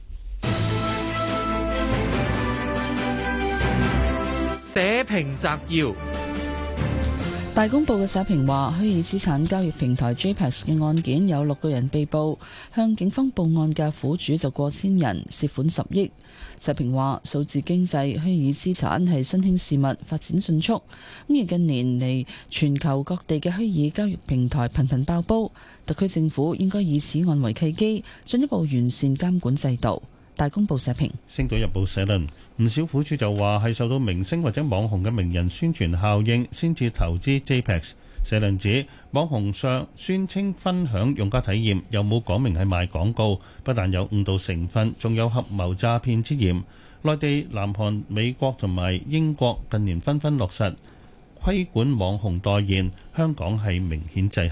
社評摘要。 大公報嘅社評話，虛擬資產交易平台 J P E X 嘅案件有六個人被捕，向警方報案嘅苦主就過千人，涉款十億。社評話，數字經濟、虛擬資產係新興事物，發展迅速。咁而近年嚟，全球各地嘅虛擬交易平台頻頻爆煲，特區政府應該以此案為契機，進一步完善監管制度。大公報社評。《 星島日報》社論，唔少苦主就話係受到明星或者網紅嘅名人宣傳效應先至投資 J P E X。社論指網紅上宣稱分享用家體驗，又冇講明係賣廣告，不但有誤導成分，仲有合謀詐騙之嫌。內地、南韓、美國同埋英國近年紛紛落實規管網紅代言，香港係明顯滯後。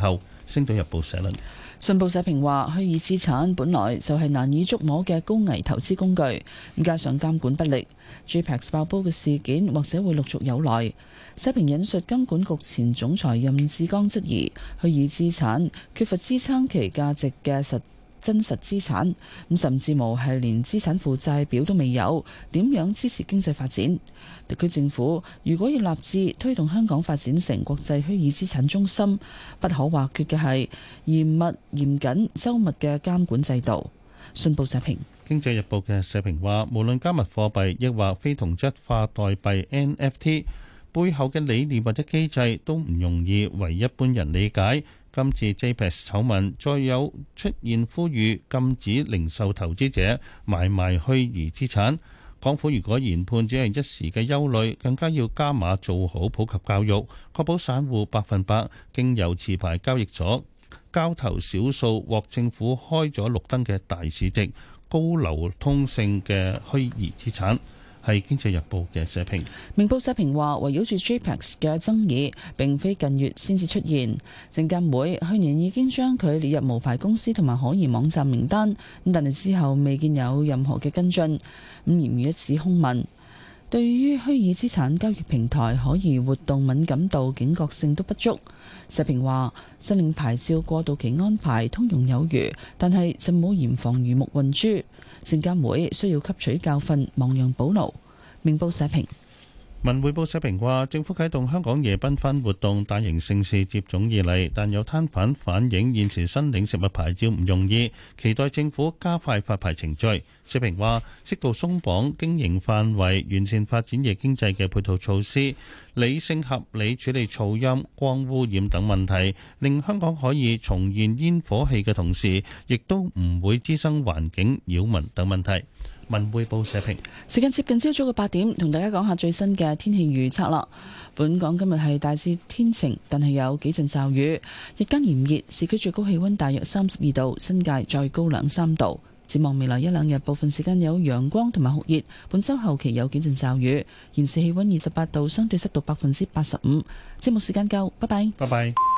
星島日報社論。 信報社評話，虛擬資產本來就係難以捉摸嘅高危投資工具，咁加上監管不力 ，J P E X 爆煲嘅事件或者會陸續有來。社評引述金管局前總裁任志剛質疑，虛擬資產缺乏支撐其價值嘅實真實資產，咁甚至無係連資產負債表都未有，點樣支持經濟發展？特區政府如果要立志推動香港發展成國際虛擬資產中心，不可或缺嘅係嚴密、嚴謹、周密嘅監管制度。信報社評。 經濟日報嘅社評話，無論加密貨幣抑或非同質化代幣 N F T 背後嘅理念或者機制都唔容易為一般人理解。今次 J P E X 醜聞再有出現呼籲禁止零售投資者買賣虛擬資產，港府如果研判只係一時嘅憂慮，更加要加碼做好普及教育，確保散戶百分百經由持牌交易所交投少數獲政府開咗綠燈嘅大市值、高流通性嘅虛擬資產。係《經濟日報》嘅社評。 明報社評話，圍繞住 J P E X 嘅爭議並非近月先至出現，證監會去年已經將佢列入無牌公司同埋可疑網站名單，咁但係之後未見有任何嘅跟進，咁嫌一紙空文。對於虛擬資產交易平台可疑活動敏感度、警覺性都不足。社評話，申領牌照過渡期安排通融有餘，但係就冇嚴防魚目混珠。證監會需要吸取教訓，亡羊補牢。明報社評。 文匯報社評話，政府啟動香港夜繽紛活動大型盛事接踵而嚟，但有攤販反映現時申領食物牌照唔容易，期待政府加快發牌程序。社評話，適度鬆綁經營範圍，完善發展夜經濟嘅配套措施，理性合理處理噪音、光污染等問題，令香港可以重現煙火氣嘅同時，亦都唔會滋生環境擾民等問題。文匯報社評。 時間接近朝早嘅八點，同大家講下最新嘅天氣預測啦。本港今日係大致天晴，但係有幾陣驟雨。日間炎熱，市區最高氣溫大約三十二度，新界再高兩三度。展望未來一兩日，部分時間有陽光同埋酷熱。本週後期有幾陣驟雨。現時氣溫二十八度，相對濕度百分之八十五。節目時間夠，拜拜。 拜拜。